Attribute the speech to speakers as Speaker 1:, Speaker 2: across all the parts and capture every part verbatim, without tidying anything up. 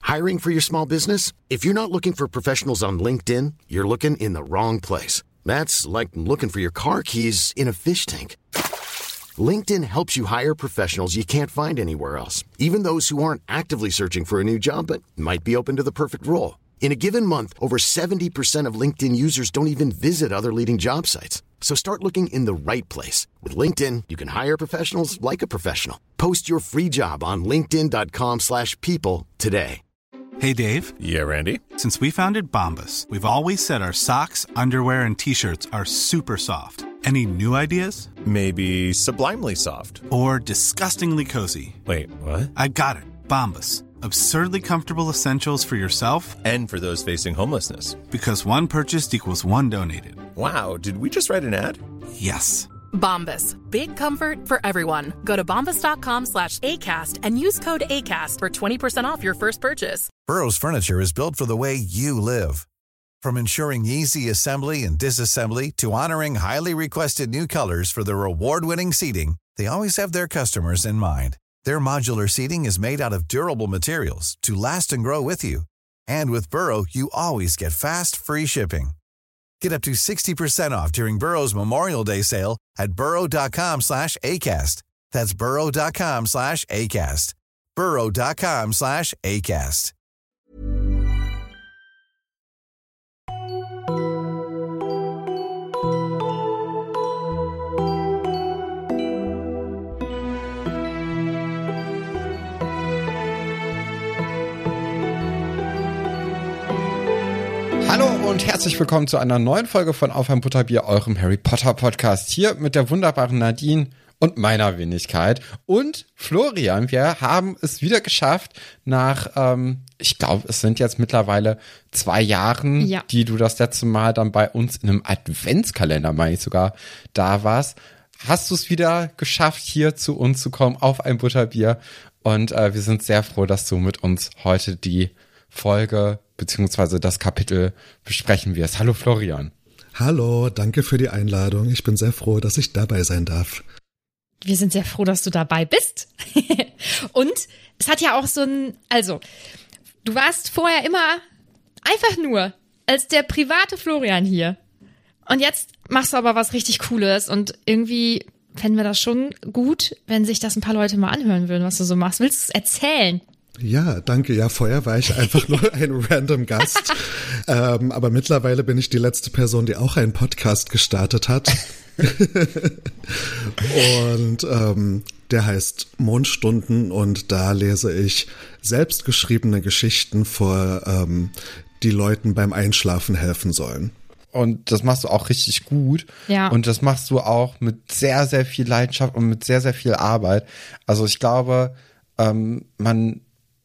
Speaker 1: Hiring for your small business? If you're not looking for professionals on LinkedIn, you're looking in the wrong place. That's like looking for your car keys in a fish tank. LinkedIn helps you hire professionals you can't find anywhere else, even those who aren't actively searching for a new job but might be open to the perfect role. In a given month, over seventy percent of LinkedIn users don't even visit other leading job sites. So start looking in the right place. With LinkedIn, you can hire professionals like a professional. Post your free job on linkedin dot com slash people today.
Speaker 2: Hey, Dave.
Speaker 3: Yeah, Randy.
Speaker 2: Since we founded Bombas, we've always said our socks, underwear, and T-shirts are super soft. Any new ideas?
Speaker 3: Maybe sublimely soft.
Speaker 2: Or disgustingly cozy.
Speaker 3: Wait, what?
Speaker 2: I got it. Bombas. Absurdly comfortable essentials for yourself
Speaker 3: and for those facing homelessness.
Speaker 2: Because one purchased equals one donated.
Speaker 3: Wow, did we just write an ad?
Speaker 2: Yes.
Speaker 4: Bombas. Big comfort for everyone. Go to bombas dot com slash ACAST and use code ACAST for twenty percent off your first purchase.
Speaker 5: Burrow's furniture is built for the way you live. From ensuring easy assembly and disassembly to honoring highly requested new colors for their award-winning seating, they always have their customers in mind. Their modular seating is made out of durable materials to last and grow with you. And with Burrow, you always get fast, free shipping. Get up to sixty percent off during Burrow's Memorial Day sale at burrow dot com slash ACAST. That's burrow dot com slash ACAST. burrow dot com slash ACAST.
Speaker 6: Hallo und herzlich willkommen zu einer neuen Folge von Auf ein Butterbier, eurem Harry Potter Podcast. Hier mit der wunderbaren Nadine und meiner Wenigkeit. Und Florian, wir haben es wieder geschafft nach, ähm, ich glaube, es sind jetzt mittlerweile zwei Jahren, ja, die du das letzte Mal dann bei uns in einem Adventskalender, meine ich sogar, da warst. Hast du es wieder geschafft, hier zu uns zu kommen, auf ein Butterbier. Und äh, wir sind sehr froh, dass du mit uns heute die Folge beziehungsweise das Kapitel besprechen wirst. Hallo Florian.
Speaker 7: Hallo, danke für die Einladung. Ich bin sehr froh, dass ich dabei sein darf.
Speaker 8: Wir sind sehr froh, dass du dabei bist. Und es hat ja auch so ein, also, du warst vorher immer einfach nur als der private Florian hier. Und jetzt machst du aber was richtig Cooles und irgendwie fänden wir das schon gut, wenn sich das ein paar Leute mal anhören würden, was du so machst. Willst du es erzählen?
Speaker 7: Ja, danke. Ja, vorher war ich einfach nur ein random Gast. ähm, aber mittlerweile bin ich die letzte Person, die auch einen Podcast gestartet hat. und ähm, der heißt Mondstunden und da lese ich selbstgeschriebene Geschichten vor, ähm, die Leuten beim Einschlafen helfen sollen.
Speaker 6: Und das machst du auch richtig gut.
Speaker 8: Ja.
Speaker 6: Und das machst du auch mit sehr, sehr viel Leidenschaft und mit sehr, sehr viel Arbeit. Also ich glaube, ähm, man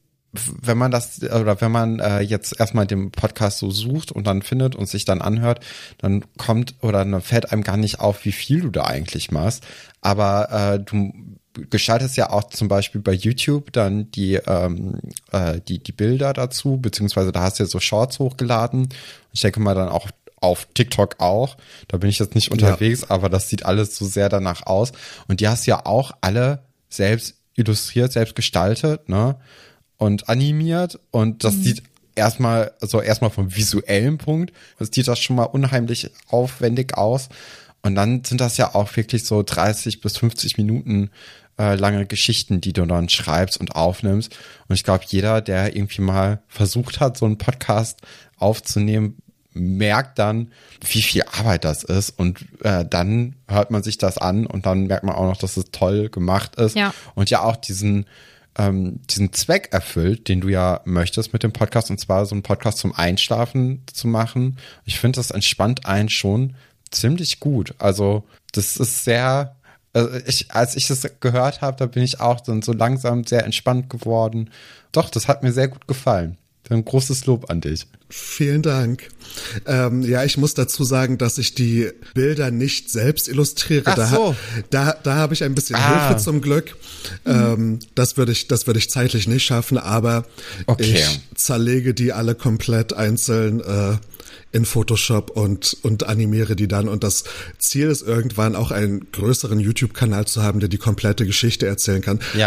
Speaker 6: wenn man das oder wenn man äh, jetzt erstmal den Podcast so sucht und dann findet und sich dann anhört, dann kommt oder dann fällt einem gar nicht auf, wie viel du da eigentlich machst. Aber äh, du gestaltest ja auch zum Beispiel bei YouTube dann die ähm, äh, die die Bilder dazu, beziehungsweise da hast du ja so Shorts hochgeladen. Ich denke mal dann auch auf TikTok auch. Da bin ich jetzt nicht unterwegs, ja, aber das sieht alles so sehr danach aus. Und die hast du ja auch alle selbst illustriert, selbst gestaltet, ne? Und animiert und das mhm. sieht erstmal, also erstmal vom visuellen Punkt, das sieht das schon mal unheimlich aufwendig aus und dann sind das ja auch wirklich so dreißig bis fünfzig Minuten äh, lange Geschichten, die du dann schreibst und aufnimmst und ich glaube, jeder, der irgendwie mal versucht hat, so einen Podcast aufzunehmen, merkt dann, wie viel Arbeit das ist und äh, dann hört man sich das an und dann merkt man auch noch, dass es toll gemacht ist,
Speaker 8: ja,
Speaker 6: und ja auch diesen Ähm, diesen Zweck erfüllt, den du ja möchtest mit dem Podcast, und zwar so einen Podcast zum Einschlafen zu machen. Ich finde, das entspannt einen schon ziemlich gut. Also das ist sehr, also ich, als ich das gehört habe, da bin ich auch dann so langsam sehr entspannt geworden. Doch, das hat mir sehr gut gefallen. Ein großes Lob an dich.
Speaker 7: Vielen Dank. Ähm, ja, ich muss dazu sagen, dass ich die Bilder nicht selbst illustriere.
Speaker 6: Ach
Speaker 7: da,
Speaker 6: so.
Speaker 7: da, da habe ich ein bisschen
Speaker 6: ah.
Speaker 7: Hilfe zum Glück. Mhm. Ähm, das würde ich, das würde ich zeitlich nicht schaffen, aber
Speaker 6: okay.
Speaker 7: ich zerlege die alle komplett einzeln äh, in Photoshop und und animiere die dann. Und das Ziel ist irgendwann auch einen größeren YouTube-Kanal zu haben, der die komplette Geschichte erzählen kann.
Speaker 6: Ja.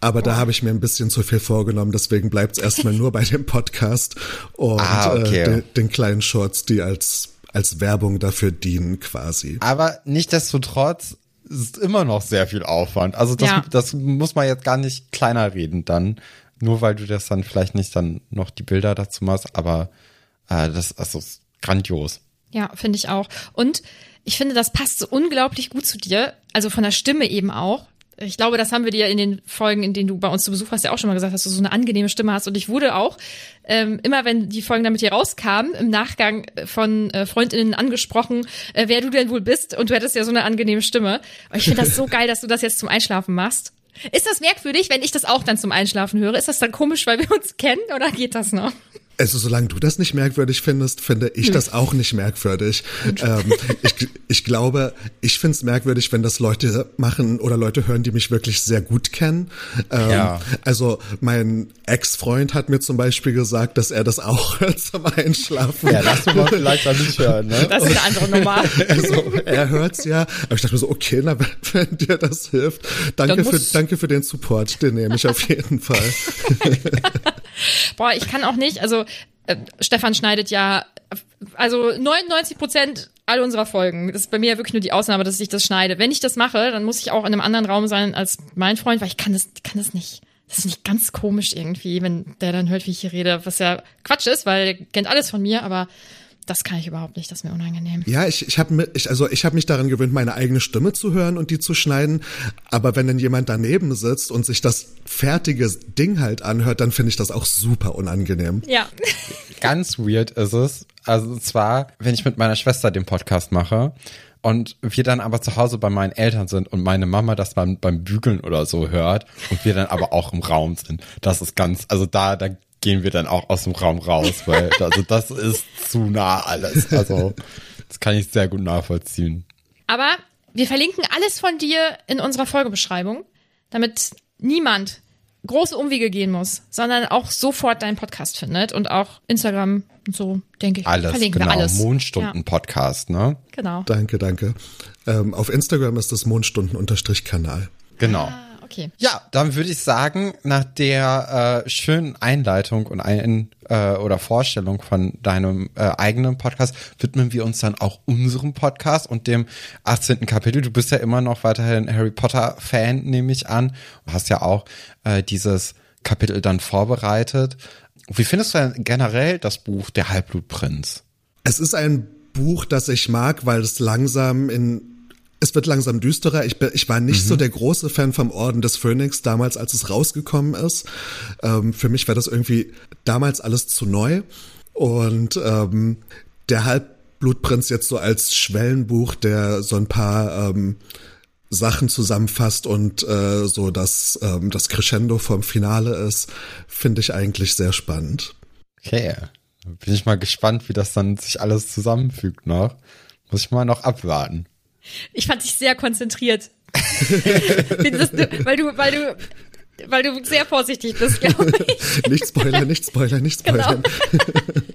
Speaker 7: aber da habe ich mir ein bisschen zu viel vorgenommen, deswegen bleibt es erstmal nur bei dem Podcast und
Speaker 6: ah, okay.
Speaker 7: äh, den, den kleinen Shorts, die als, als Werbung dafür dienen quasi.
Speaker 6: Aber nichtsdestotrotz ist immer noch sehr viel Aufwand. Also das,
Speaker 8: ja.
Speaker 6: das muss man jetzt gar nicht kleiner reden dann, nur weil du das dann vielleicht nicht dann noch die Bilder dazu machst, aber äh, das also ist grandios.
Speaker 8: Ja, finde ich auch. Und ich finde, das passt so unglaublich gut zu dir, also von der Stimme eben auch. Ich glaube, das haben wir dir in den Folgen, in denen du bei uns zu Besuch warst, ja auch schon mal gesagt, dass du so eine angenehme Stimme hast. Und ich wurde auch, ähm, immer wenn die Folgen dann mit dir rauskamen, im Nachgang von äh, FreundInnen angesprochen, äh, wer du denn wohl bist. Und du hättest ja so eine angenehme Stimme. Und ich finde das so geil, dass du das jetzt zum Einschlafen machst. Ist das merkwürdig, wenn ich das auch dann zum Einschlafen höre? Ist das dann komisch, weil wir uns kennen, oder geht das noch?
Speaker 7: Also solange du das nicht merkwürdig findest, finde ich das auch nicht merkwürdig. Ähm, ich, ich glaube, ich finde es merkwürdig, wenn das Leute machen oder Leute hören, die mich wirklich sehr gut kennen. Ähm,
Speaker 6: ja.
Speaker 7: Also mein Ex-Freund hat mir zum Beispiel gesagt, dass er das auch hört zum Einschlafen.
Speaker 6: Ja, lass mich mal vielleicht auch nicht hören, ne?
Speaker 8: Das ist eine andere Nummer.
Speaker 7: Also er hört's ja, aber ich dachte mir so, okay, na, wenn, wenn dir das hilft, danke für, danke für den Support, den nehme ich auf jeden Fall.
Speaker 8: Boah, ich kann auch nicht, also äh, Stefan schneidet ja, also neunundneunzig Prozent all unserer Folgen. Das ist bei mir ja wirklich nur die Ausnahme, dass ich das schneide. Wenn ich das mache, dann muss ich auch in einem anderen Raum sein als mein Freund, weil ich kann das, kann das nicht. Das ist nicht ganz komisch irgendwie, wenn der dann hört, wie ich hier rede, was ja Quatsch ist, weil der kennt alles von mir, aber das kann ich überhaupt nicht, das ist mir unangenehm.
Speaker 7: Ja, ich, ich habe ich, also ich hab mich daran gewöhnt, meine eigene Stimme zu hören und die zu schneiden. Aber wenn dann jemand daneben sitzt und sich das fertige Ding halt anhört, dann finde ich das auch super unangenehm.
Speaker 8: Ja.
Speaker 6: Ganz weird ist es. Also zwar, wenn ich mit meiner Schwester den Podcast mache und wir dann aber zu Hause bei meinen Eltern sind und meine Mama das beim, beim Bügeln oder so hört und wir dann aber auch im Raum sind. Das ist ganz, also da, da gehen wir dann auch aus dem Raum raus, weil also das ist zu nah alles. Also das kann ich sehr gut nachvollziehen.
Speaker 8: Aber wir verlinken alles von dir in unserer Folgebeschreibung, damit niemand große Umwege gehen muss, sondern auch sofort deinen Podcast findet und auch Instagram und so, denke ich.
Speaker 6: Alles,
Speaker 8: verlinken
Speaker 6: genau.
Speaker 8: Wir alles.
Speaker 6: Mondstunden-Podcast, ne?
Speaker 8: Genau.
Speaker 7: Danke, danke. Ähm, auf Instagram ist das Mondstunden-Kanal.
Speaker 6: Genau.
Speaker 8: Ah, okay.
Speaker 6: Ja, dann würde ich sagen, nach der äh, schönen Einleitung und ein äh, oder Vorstellung von deinem äh, eigenen Podcast widmen wir uns dann auch unserem Podcast und dem achtzehnten Kapitel. Du bist ja immer noch weiterhin Harry Potter Fan, nehme ich an. Du hast ja auch äh, dieses Kapitel dann vorbereitet. Wie findest du denn generell das Buch Der Halbblutprinz?
Speaker 7: Es ist ein Buch, das ich mag, weil es langsam in Es wird langsam düsterer. Ich, bin, ich war nicht mhm. so der große Fan vom Orden des Phönix damals, als es rausgekommen ist. Ähm, für mich war das irgendwie damals alles zu neu. Und ähm, der Halbblutprinz jetzt so als Schwellenbuch, der so ein paar ähm, Sachen zusammenfasst und äh, so das, ähm, das Crescendo vom Finale ist, finde ich eigentlich sehr spannend.
Speaker 6: Okay, bin ich mal gespannt, wie das dann sich alles zusammenfügt noch. Muss ich mal noch abwarten.
Speaker 8: Ich fand dich sehr konzentriert. das, weil du, weil du, weil du sehr vorsichtig bist, glaube ich.
Speaker 7: Nicht spoilern, nicht spoilern, nicht spoilern.
Speaker 8: Genau.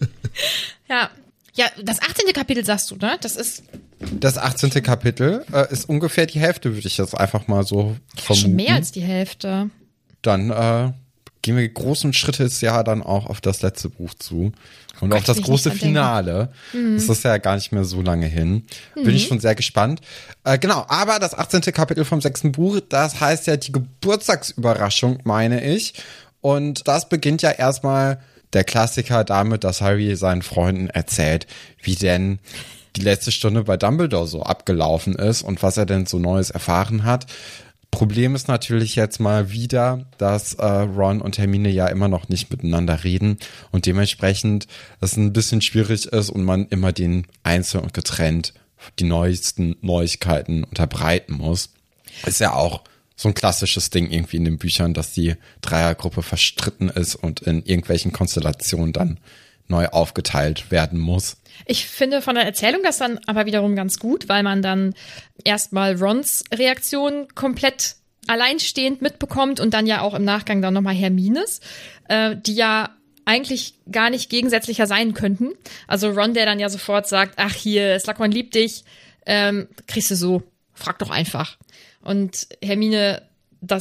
Speaker 8: ja. Ja, das achtzehnte Kapitel sagst du, ne? Das ist.
Speaker 6: Das achtzehnte Kapitel äh, ist ungefähr die Hälfte, würde ich jetzt einfach mal so vermuten.
Speaker 8: Schon mehr als die Hälfte.
Speaker 6: Dann äh, gehen wir großen Schrittes ja dann auch auf das letzte Buch zu. Und
Speaker 8: oh
Speaker 6: auf
Speaker 8: Gott,
Speaker 6: das große Finale.
Speaker 8: Mhm.
Speaker 6: Das ist ja gar nicht mehr so lange hin. Bin mhm. ich schon sehr gespannt. Äh, genau, aber das achtzehnte Kapitel vom sechsten Buch, das heißt ja die Geburtstagsüberraschung, meine ich. Und das beginnt ja erstmal der Klassiker damit, dass Harry seinen Freunden erzählt, wie denn die letzte Stunde bei Dumbledore so abgelaufen ist und was er denn so Neues erfahren hat. Problem ist natürlich jetzt mal wieder, dass äh, Ron und Hermine ja immer noch nicht miteinander reden und dementsprechend es ein bisschen schwierig ist und man immer den einzeln und getrennt die neuesten Neuigkeiten unterbreiten muss. Ist ja auch so ein klassisches Ding irgendwie in den Büchern, dass die Dreiergruppe verstritten ist und in irgendwelchen Konstellationen dann neu aufgeteilt werden muss.
Speaker 8: Ich finde von der Erzählung das dann aber wiederum ganz gut, weil man dann erstmal Rons Reaktion komplett alleinstehend mitbekommt und dann ja auch im Nachgang dann nochmal Hermines, äh, die ja eigentlich gar nicht gegensätzlicher sein könnten. Also Ron, der dann ja sofort sagt, ach hier, Slughorn liebt dich, ähm, kriegst du so, frag doch einfach. Und Hermine das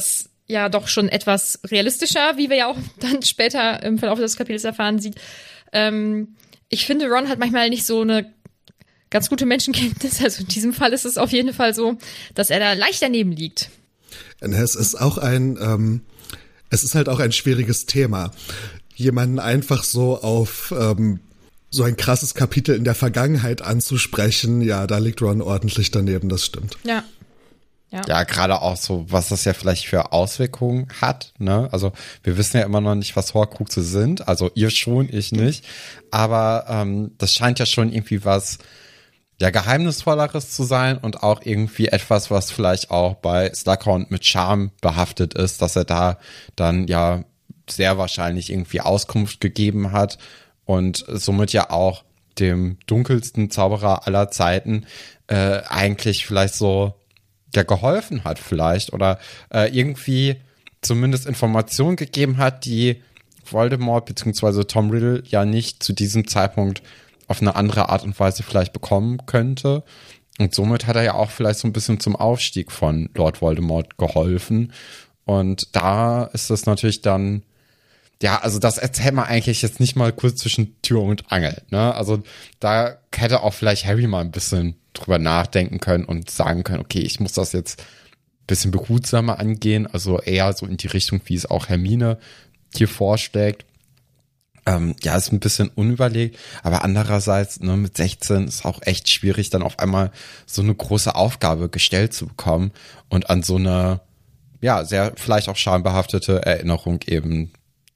Speaker 8: ja doch schon etwas realistischer, wie wir ja auch dann später im Verlauf des Kapitels erfahren sieht. Ähm, ich finde, Ron hat manchmal nicht so eine ganz gute Menschenkenntnis. Also in diesem Fall ist es auf jeden Fall so, dass er da leicht daneben liegt.
Speaker 7: Es ist auch ein, ähm, es ist halt auch ein schwieriges Thema. Jemanden einfach so auf ähm, so ein krasses Kapitel in der Vergangenheit anzusprechen, ja, da liegt Ron ordentlich daneben, das stimmt.
Speaker 8: Ja.
Speaker 6: Ja, ja, gerade auch so, was das ja vielleicht für Auswirkungen hat, ne? Also wir wissen ja immer noch nicht, was Horcruxe sind, also ihr schon, ich nicht, aber ähm, das scheint ja schon irgendwie was ja Geheimnisvolleres zu sein und auch irgendwie etwas, was vielleicht auch bei Slughorn mit Charme behaftet ist, dass er da dann ja sehr wahrscheinlich irgendwie Auskunft gegeben hat und somit ja auch dem dunkelsten Zauberer aller Zeiten äh, eigentlich vielleicht so ja geholfen hat vielleicht oder äh, irgendwie zumindest Informationen gegeben hat, die Voldemort bzw. Tom Riddle ja nicht zu diesem Zeitpunkt auf eine andere Art und Weise vielleicht bekommen könnte. Und somit hat er ja auch vielleicht so ein bisschen zum Aufstieg von Lord Voldemort geholfen. Und da ist es natürlich dann, ja, also das erzählt man eigentlich jetzt nicht mal kurz zwischen Tür und Angel, ne? Also da hätte auch vielleicht Harry mal ein bisschen drüber nachdenken können und sagen können, okay, ich muss das jetzt ein bisschen behutsamer angehen, also eher so in die Richtung, wie es auch Hermine hier vorschlägt. Ähm, ja, ist ein bisschen unüberlegt, aber andererseits, ne, mit sechzehn ist auch echt schwierig, dann auf einmal so eine große Aufgabe gestellt zu bekommen und an so eine, ja, sehr vielleicht auch schambehaftete Erinnerung eben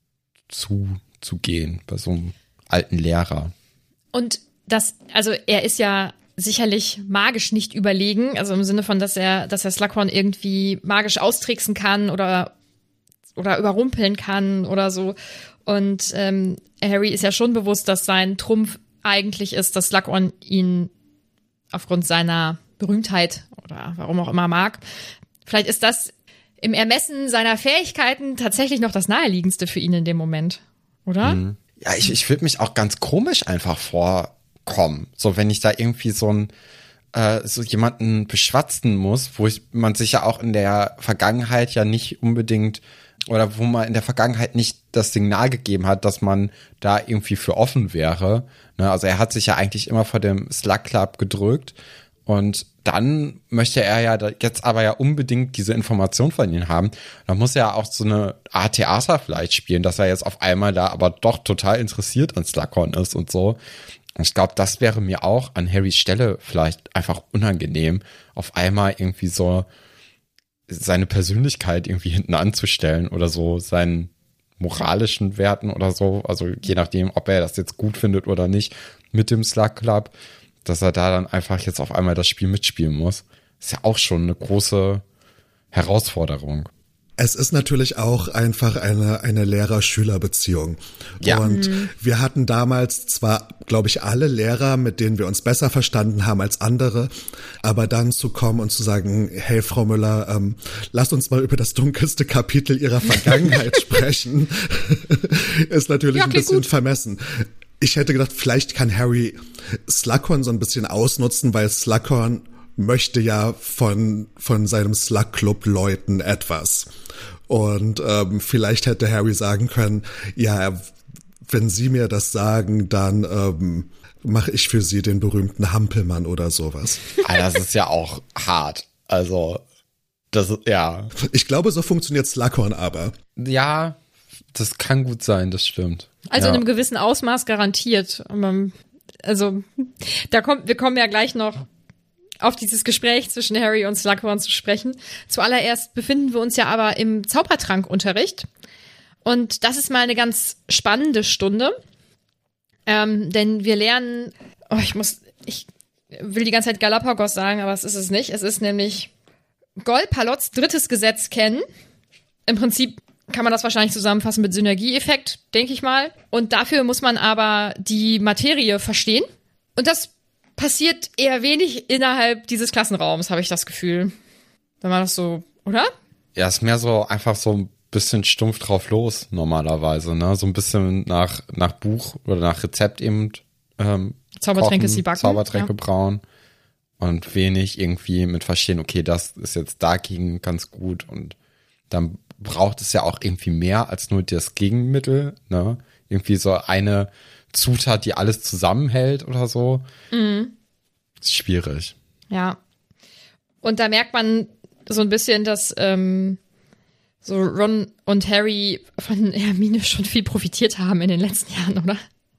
Speaker 6: zu, zu gehen bei so einem alten Lehrer.
Speaker 8: Und das, also er ist ja sicherlich magisch nicht überlegen, also im Sinne von, dass er, dass er Slughorn irgendwie magisch austricksen kann oder, oder überrumpeln kann oder so. Und ähm, Harry ist ja schon bewusst, dass sein Trumpf eigentlich ist, dass Slughorn ihn aufgrund seiner Berühmtheit oder warum auch immer mag. Vielleicht ist das im Ermessen seiner Fähigkeiten tatsächlich noch das Naheliegendste für ihn in dem Moment, oder?
Speaker 6: Mhm. Ja, ich, ich würde mich auch ganz komisch einfach vorkommen. So, wenn ich da irgendwie so ein äh, so jemanden beschwatzen muss, wo ich, man sich ja auch in der Vergangenheit ja nicht unbedingt oder wo man in der Vergangenheit nicht das Signal gegeben hat, dass man da irgendwie für offen wäre. Ne, also er hat sich ja eigentlich immer vor dem Slug Club gedrückt und dann möchte er ja jetzt aber ja unbedingt diese Information von ihnen haben. Da muss er ja auch so eine Art Theater vielleicht spielen, dass er jetzt auf einmal da aber doch total interessiert an Slughorn ist und so. Und ich glaube, das wäre mir auch an Harrys Stelle vielleicht einfach unangenehm, auf einmal irgendwie so seine Persönlichkeit irgendwie hinten anzustellen oder so seinen moralischen Werten oder so, also je nachdem, ob er das jetzt gut findet oder nicht mit dem Slug Club, dass er da dann einfach jetzt auf einmal das Spiel mitspielen muss, ist ja auch schon eine große Herausforderung.
Speaker 7: Es ist natürlich auch einfach eine, eine Lehrer-Schüler-Beziehung.
Speaker 6: Ja.
Speaker 7: Und
Speaker 8: mhm.
Speaker 7: wir hatten damals zwar, glaube ich, alle Lehrer, mit denen wir uns besser verstanden haben als andere, aber dann zu kommen und zu sagen, hey, Frau Müller, ähm, lasst uns mal über das dunkelste Kapitel Ihrer Vergangenheit sprechen, ist natürlich
Speaker 8: ja,
Speaker 7: ein bisschen
Speaker 8: gut.
Speaker 7: vermessen. Ich hätte gedacht, vielleicht kann Harry Slughorn so ein bisschen ausnutzen, weil Slughorn möchte ja von von seinem Slug-Club-Leuten etwas. Und ähm, vielleicht hätte Harry sagen können, ja, wenn Sie mir das sagen, dann ähm, mache ich für Sie den berühmten Hampelmann oder sowas.
Speaker 6: Ah, das ist ja auch hart. Also, das ist, ja.
Speaker 7: Ich glaube, so funktioniert Slughorn aber.
Speaker 6: Ja, das kann gut sein, das stimmt.
Speaker 8: Also
Speaker 6: ja.
Speaker 8: in einem gewissen Ausmaß garantiert. Also, da kommt, wir kommen ja gleich noch auf dieses Gespräch zwischen Harry und Slughorn zu sprechen. Zuallererst befinden wir uns ja aber im Zaubertrankunterricht. Und das ist mal eine ganz spannende Stunde. Ähm, denn wir lernen, oh, ich muss, ich will die ganze Zeit Galapagos sagen, aber es ist es nicht. Es ist nämlich Gol-Palots drittes Gesetz kennen. Im Prinzip kann man das wahrscheinlich zusammenfassen mit Synergieeffekt, denke ich mal. Und dafür muss man aber die Materie verstehen. Und das passiert eher wenig innerhalb dieses Klassenraums, habe ich das Gefühl. Wenn man das so, oder?
Speaker 6: Ja, ist mehr so einfach so ein bisschen stumpf drauf los normalerweise, ne? So ein bisschen nach nach Buch oder nach Rezept eben ähm,
Speaker 8: Zaubertränke
Speaker 6: kochen,
Speaker 8: sie backen.
Speaker 6: Zaubertränke
Speaker 8: ja.
Speaker 6: brauen und wenig irgendwie mit verstehen, okay, das ist jetzt dagegen ganz gut und dann braucht es ja auch irgendwie mehr als nur das Gegenmittel, ne? Irgendwie so eine Zutat, die alles zusammenhält oder so.
Speaker 8: Mhm.
Speaker 6: Ist schwierig.
Speaker 8: Ja. Und da merkt man so ein bisschen, dass ähm, so Ron und Harry von Hermine schon viel profitiert haben in den letzten Jahren, oder?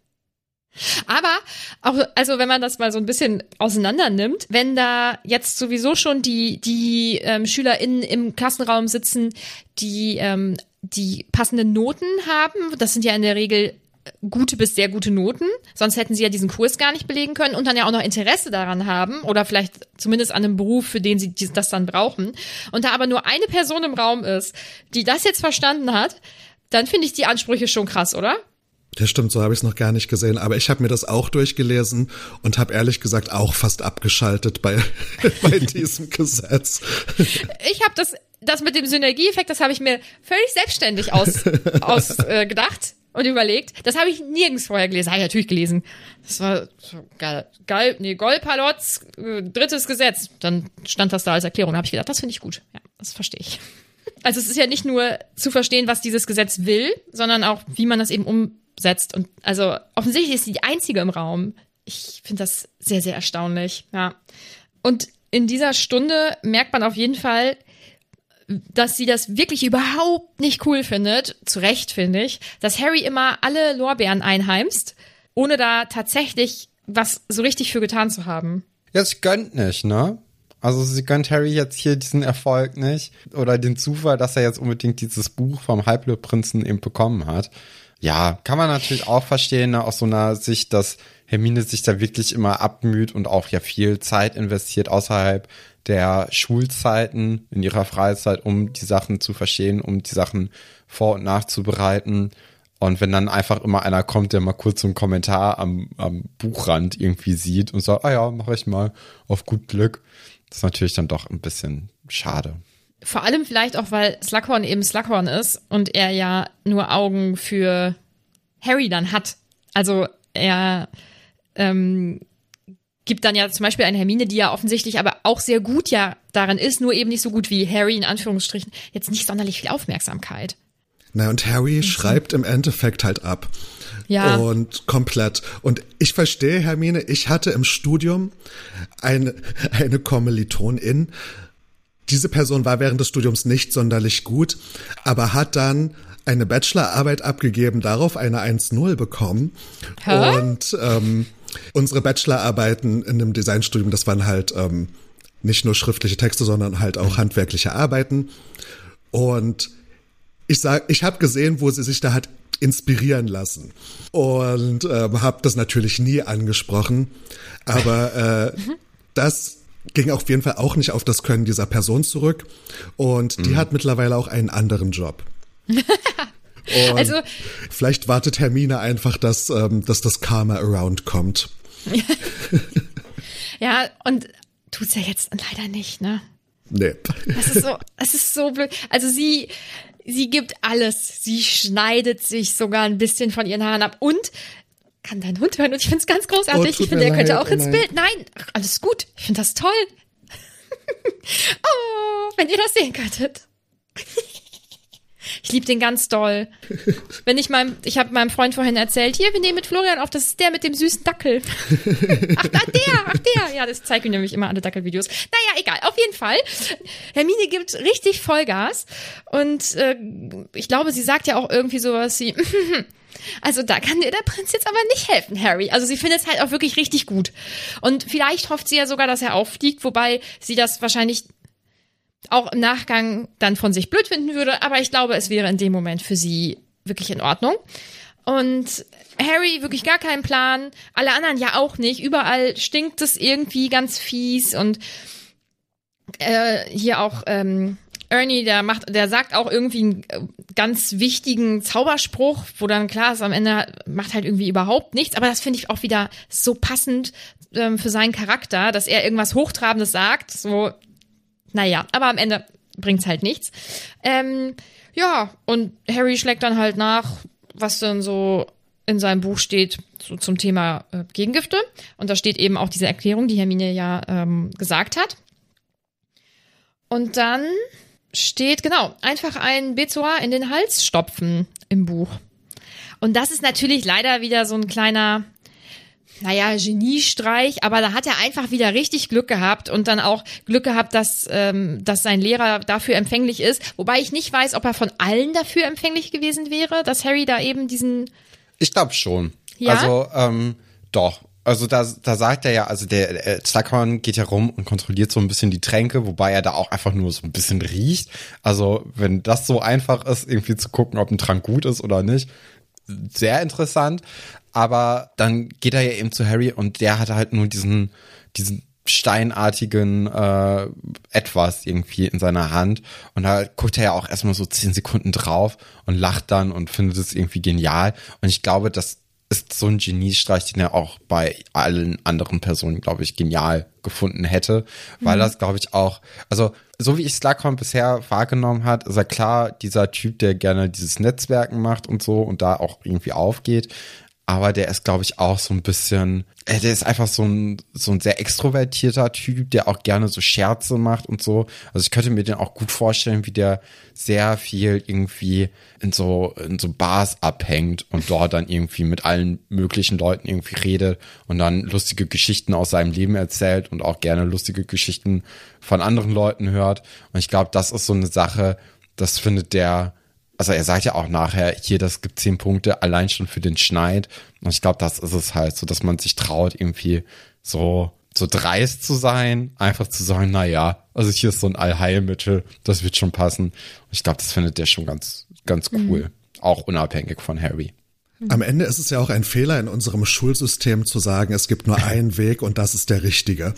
Speaker 8: Aber auch, also wenn man das mal so ein bisschen auseinander nimmt, wenn da jetzt sowieso schon die die ähm, SchülerInnen im Klassenraum sitzen, die ähm, die passenden Noten haben, das sind ja in der Regel gute bis sehr gute Noten, sonst hätten sie ja diesen Kurs gar nicht belegen können und dann ja auch noch Interesse daran haben oder vielleicht zumindest an einem Beruf, für den sie das dann brauchen. Und da aber nur eine Person im Raum ist, die das jetzt verstanden hat, dann finde ich die Ansprüche schon krass, oder?
Speaker 7: Das stimmt, so habe ich es noch gar nicht gesehen. Aber ich habe mir das auch durchgelesen und habe ehrlich gesagt auch fast abgeschaltet bei, bei diesem Gesetz.
Speaker 8: Ich habe das, das mit dem Synergieeffekt, das habe ich mir völlig selbstständig aus, aus äh, gedacht und überlegt. Das habe ich nirgends vorher gelesen. Habe ich natürlich gelesen. Das war so geil. Geil, nee, Golpalots, äh, drittes Gesetz. Dann stand das da als Erklärung. Da habe ich gedacht, das finde ich gut. Ja, das verstehe ich. Also es ist ja nicht nur zu verstehen, was dieses Gesetz will, sondern auch, wie man das eben umsetzt. setzt. Und also offensichtlich ist sie die einzige im Raum. Ich finde das sehr, sehr erstaunlich. Ja. Und in dieser Stunde merkt man auf jeden Fall, dass sie das wirklich überhaupt nicht cool findet, zu Recht finde ich, dass Harry immer alle Lorbeeren einheimst, ohne da tatsächlich was so richtig für getan zu haben.
Speaker 6: Ja, sie gönnt nicht, ne? Also sie gönnt Harry jetzt hier diesen Erfolg nicht oder den Zufall, dass er jetzt unbedingt dieses Buch vom Halbblutprinzen eben bekommen hat. Ja, kann man natürlich auch verstehen, ne, aus so einer Sicht, dass Hermine sich da wirklich immer abmüht und auch ja viel Zeit investiert außerhalb der Schulzeiten in ihrer Freizeit, um die Sachen zu verstehen, um die Sachen vor- und nachzubereiten. Und wenn dann einfach immer einer kommt, der mal kurz so einen Kommentar am, am Buchrand irgendwie sieht und sagt, ah ja, mach ich mal auf gut Glück, das ist natürlich dann doch ein bisschen schade.
Speaker 8: Vor allem vielleicht auch, weil Slughorn eben Slughorn ist und er ja nur Augen für Harry dann hat. Also er ähm, gibt dann ja zum Beispiel eine Hermine, die ja offensichtlich aber auch sehr gut ja darin ist, nur eben nicht so gut wie Harry, in Anführungsstrichen, jetzt nicht sonderlich viel Aufmerksamkeit.
Speaker 7: Na, und Harry mhm. schreibt im Endeffekt halt ab.
Speaker 8: Ja.
Speaker 7: Und komplett. Und ich verstehe, Hermine, ich hatte im Studium eine, eine Kommilitonin. Diese Person war während des Studiums nicht sonderlich gut, aber hat dann eine Bachelorarbeit abgegeben, darauf eine eins null bekommen. Hä? Und ähm, unsere Bachelorarbeiten in dem Designstudium, das waren halt ähm, nicht nur schriftliche Texte, sondern halt auch handwerkliche Arbeiten. Und ich sag, ich habe gesehen, wo sie sich da hat inspirieren lassen und ähm, habe das natürlich nie angesprochen, aber äh, das ging auf jeden Fall auch nicht auf das Können dieser Person zurück und die mhm. hat mittlerweile auch einen anderen Job. Und also vielleicht wartet Hermine einfach, dass, ähm, dass das Karma around kommt.
Speaker 8: Ja, und tut's ja jetzt leider nicht, ne?
Speaker 7: Nee.
Speaker 8: Das ist so, das ist so blöd. Also sie, sie gibt alles. Sie schneidet sich sogar ein bisschen von ihren Haaren ab und kann deinen Hund hören und ich find's ganz großartig. Oh, ich finde, der könnte auch ins Bild. Nein, ach, alles gut. Ich finde das toll. Oh, wenn ihr das sehen könntet. Ich liebe den ganz doll. Wenn ich meinem, ich habe meinem Freund vorhin erzählt, hier, wir nehmen mit Florian auf, das ist der mit dem süßen Dackel. Ach, da, der, ach, der. Ja, das zeigt mir nämlich immer alle Dackelvideos. Naja, egal, auf jeden Fall. Hermine gibt richtig Vollgas und äh, ich glaube, sie sagt ja auch irgendwie sowas wie, also da kann dir der Prinz jetzt aber nicht helfen, Harry. Also sie findet es halt auch wirklich richtig gut. Und vielleicht hofft sie ja sogar, dass er auffliegt, wobei sie das wahrscheinlich auch im Nachgang dann von sich blöd finden würde, aber ich glaube, es wäre in dem Moment für sie wirklich in Ordnung. Und Harry wirklich gar keinen Plan, alle anderen ja auch nicht, überall stinkt es irgendwie ganz fies und äh, hier auch ähm, Ernie, der macht, der sagt auch irgendwie einen ganz wichtigen Zauberspruch, wo dann klar ist, am Ende macht halt irgendwie überhaupt nichts, aber das finde ich auch wieder so passend ähm, für seinen Charakter, dass er irgendwas Hochtrabendes sagt, so. Naja, aber am Ende bringt's halt nichts. Ähm, ja, und Harry schlägt dann halt nach, was dann so in seinem Buch steht, so zum Thema äh, Gegengifte. Und da steht eben auch diese Erklärung, die Hermine ja ähm, gesagt hat. Und dann steht, genau, einfach ein Bezoar in den Hals stopfen im Buch. Und das ist natürlich leider wieder so ein kleiner, naja, Geniestreich, aber da hat er einfach wieder richtig Glück gehabt und dann auch Glück gehabt, dass, ähm, dass sein Lehrer dafür empfänglich ist. Wobei ich nicht weiß, ob er von allen dafür empfänglich gewesen wäre, dass Harry da eben diesen...
Speaker 6: Ich glaube schon.
Speaker 8: Ja?
Speaker 6: Also, ähm, doch. Also da, da sagt er ja, also der äh, Slughorn geht ja rum und kontrolliert so ein bisschen die Tränke, wobei er da auch einfach nur so ein bisschen riecht. Also wenn das so einfach ist, irgendwie zu gucken, ob ein Trank gut ist oder nicht, sehr interessant. Aber dann geht er ja eben zu Harry und der hat halt nur diesen, diesen steinartigen äh, Etwas irgendwie in seiner Hand. Und da guckt er ja auch erstmal so zehn Sekunden drauf und lacht dann und findet es irgendwie genial. Und ich glaube, das ist so ein Geniestreich, den er auch bei allen anderen Personen, glaube ich, genial gefunden hätte. Weil mhm. das, glaube ich, auch, also so wie ich Slughorn bisher wahrgenommen hat, ist er klar dieser Typ, der gerne dieses Netzwerken macht und so und da auch irgendwie aufgeht. Aber der ist, glaube ich, auch so ein bisschen, äh, der ist einfach so ein, so ein sehr extrovertierter Typ, der auch gerne so Scherze macht und so. Also ich könnte mir den auch gut vorstellen, wie der sehr viel irgendwie in so, in so Bars abhängt und dort dann irgendwie mit allen möglichen Leuten irgendwie redet und dann lustige Geschichten aus seinem Leben erzählt und auch gerne lustige Geschichten von anderen Leuten hört. Und ich glaube, das ist so eine Sache, das findet der, also er sagt ja auch nachher, hier, das gibt zehn Punkte, allein schon für den Schneid. Und ich glaube, das ist es halt, so dass man sich traut, irgendwie so, so dreist zu sein, einfach zu sagen, na ja, also hier ist so ein Allheilmittel, das wird schon passen. Und ich glaube, das findet der schon ganz, ganz cool. Mhm. Auch unabhängig von Harry.
Speaker 7: Am Ende ist es ja auch ein Fehler in unserem Schulsystem zu sagen, es gibt nur einen Weg und das ist der richtige.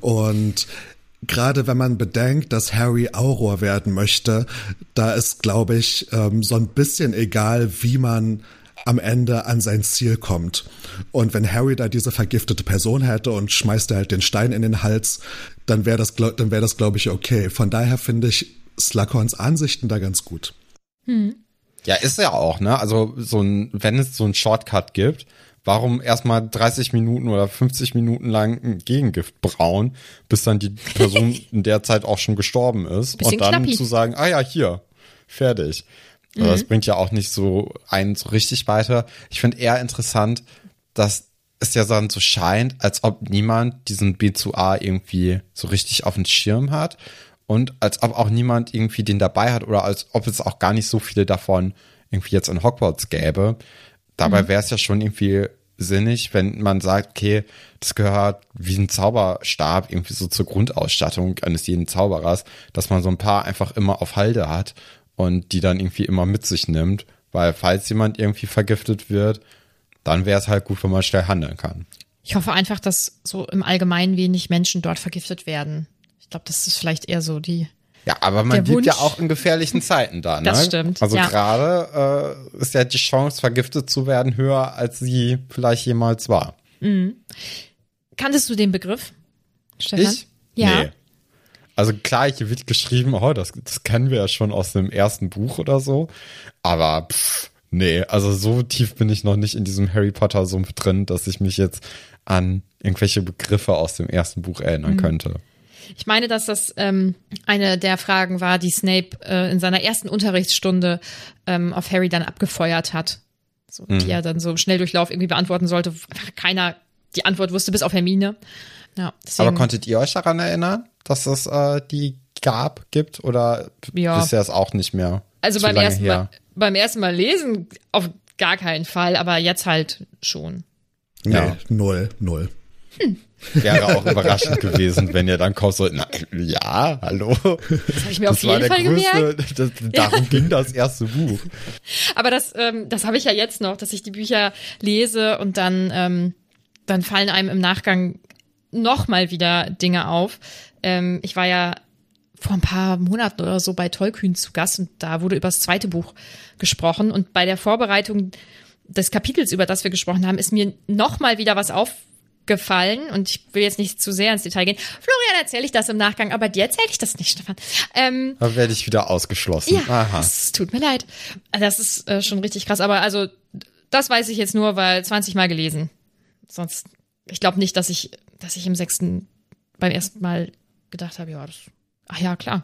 Speaker 7: Und gerade wenn man bedenkt, dass Harry Auror werden möchte, da ist, glaube ich, ähm, so ein bisschen egal, wie man am Ende an sein Ziel kommt. Und wenn Harry da diese vergiftete Person hätte und schmeißt er halt den Stein in den Hals, dann wäre das, dann wäre das, glaube ich, okay. Von daher finde ich Slughorns Ansichten da ganz gut.
Speaker 8: Hm.
Speaker 6: Ja, ist ja auch, ne? Also so ein, wenn es so einen Shortcut gibt, warum erstmal dreißig Minuten oder fünfzig Minuten lang ein Gegengift brauen, bis dann die Person in der Zeit auch schon gestorben ist.
Speaker 8: Bisschen
Speaker 6: und dann
Speaker 8: knappi.
Speaker 6: zu sagen, ah ja, hier, fertig. Mhm. Aber das bringt ja auch nicht so einen so richtig weiter. Ich finde eher interessant, dass es ja dann so scheint, als ob niemand diesen B zwei A irgendwie so richtig auf dem Schirm hat und als ob auch niemand irgendwie den dabei hat oder als ob es auch gar nicht so viele davon irgendwie jetzt in Hogwarts gäbe. Dabei wäre es ja schon irgendwie sinnig, wenn man sagt, okay, das gehört wie ein Zauberstab irgendwie so zur Grundausstattung eines jeden Zauberers, dass man so ein paar einfach immer auf Halde hat und die dann irgendwie immer mit sich nimmt, weil falls jemand irgendwie vergiftet wird, dann wäre es halt gut, wenn man schnell handeln kann.
Speaker 8: Ich hoffe einfach, dass so im Allgemeinen wenig Menschen dort vergiftet werden. Ich glaube, das ist vielleicht eher so die...
Speaker 6: Ja, aber man lebt ja auch in gefährlichen Zeiten da, ne?
Speaker 8: Das stimmt,
Speaker 6: Also
Speaker 8: ja.
Speaker 6: gerade äh, ist ja die Chance, vergiftet zu werden, höher, als sie vielleicht jemals war.
Speaker 8: Mhm. Kanntest du den Begriff, Stefan?
Speaker 6: Ich?
Speaker 8: Ja.
Speaker 6: Nee. Also klar, hier wird geschrieben, oh, das, das kennen wir ja schon aus dem ersten Buch oder so. Aber pff, nee, also so tief bin ich noch nicht in diesem Harry Potter-Sumpf drin, dass ich mich jetzt an irgendwelche Begriffe aus dem ersten Buch erinnern mhm. könnte.
Speaker 8: Ich meine, dass das ähm, eine der Fragen war, die Snape äh, in seiner ersten Unterrichtsstunde ähm, auf Harry dann abgefeuert hat. So, mhm. Die er dann so im Schnelldurchlauf irgendwie beantworten sollte. Einfach keiner die Antwort wusste, bis auf Hermine. Ja,
Speaker 6: aber konntet ihr euch daran erinnern, dass es äh, die gab, gibt? Oder
Speaker 8: ja.
Speaker 6: wisst ihr es auch nicht mehr?
Speaker 8: Also
Speaker 6: Zu
Speaker 8: beim
Speaker 6: lange
Speaker 8: ersten, Mal, beim ersten Mal lesen auf gar keinen Fall, aber jetzt halt schon.
Speaker 7: Nee,
Speaker 6: ja.
Speaker 7: null, null.
Speaker 8: Hm.
Speaker 6: Wäre auch überraschend gewesen, wenn ihr dann kommt so, na, ja, hallo.
Speaker 8: Das habe ich mir
Speaker 6: das
Speaker 8: auf jeden Fall
Speaker 6: größte,
Speaker 8: gemerkt.
Speaker 6: Das, darum ja. ging das erste Buch.
Speaker 8: Aber das, ähm, das habe ich ja jetzt noch, dass ich die Bücher lese und dann, ähm, dann fallen einem im Nachgang noch mal wieder Dinge auf. Ähm, ich war ja vor ein paar Monaten oder so bei Tollkühn zu Gast und da wurde über das zweite Buch gesprochen und bei der Vorbereitung des Kapitels, über das wir gesprochen haben, ist mir noch mal wieder was aufgefallen und ich will jetzt nicht zu sehr ins Detail gehen. Florian, erzähle ich das im Nachgang, aber dir erzähle ich das nicht, Stefan. Ähm,
Speaker 6: da werde ich wieder ausgeschlossen.
Speaker 8: Ja,
Speaker 6: Aha.
Speaker 8: Es tut mir leid. Das ist äh, schon richtig krass, aber also das weiß ich jetzt nur, weil zwanzig Mal gelesen. Sonst, ich glaube nicht, dass ich, dass ich im sechsten beim ersten Mal gedacht habe, ja, das, ach ja, klar.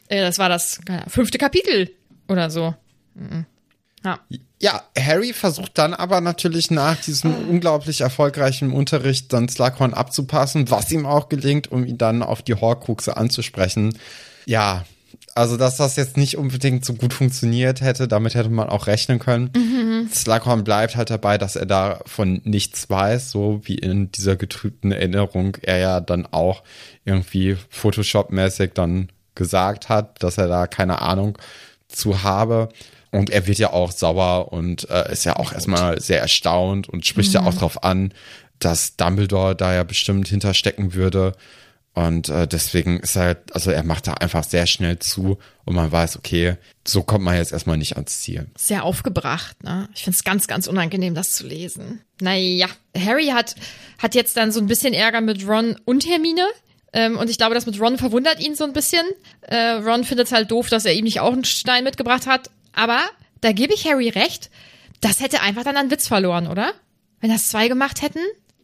Speaker 8: Äh, das war das keine, fünfte Kapitel oder so. Mhm. Ja.
Speaker 6: Ja, Harry versucht dann aber natürlich nach diesem oh. unglaublich erfolgreichen Unterricht dann Slughorn abzupassen, was ihm auch gelingt, um ihn dann auf die Horcruxe anzusprechen. Ja, also dass das jetzt nicht unbedingt so gut funktioniert hätte, damit hätte man auch rechnen können. Mhm. Slughorn bleibt halt dabei, dass er davon nichts weiß, so wie in dieser getrübten Erinnerung er ja dann auch irgendwie Photoshop-mäßig dann gesagt hat, dass er da keine Ahnung zu habe. Und er wird ja auch sauer und äh, ist ja auch erstmal sehr erstaunt und spricht mhm. ja auch drauf an, dass Dumbledore da ja bestimmt hinterstecken würde. Und äh, deswegen ist er, also er macht da einfach sehr schnell zu und man weiß, okay, so kommt man jetzt erstmal nicht ans Ziel.
Speaker 8: Sehr aufgebracht, ne? Ich finde es ganz, ganz unangenehm, das zu lesen. Naja, Harry hat, hat jetzt dann so ein bisschen Ärger mit Ron und Hermine. Ähm, und ich glaube, das mit Ron verwundert ihn so ein bisschen. Äh, Ron findet es halt doof, dass er ihm nicht auch einen Stein mitgebracht hat. Aber da gebe ich Harry recht, das hätte einfach dann an Witz verloren, oder? Wenn das zwei gemacht hätten?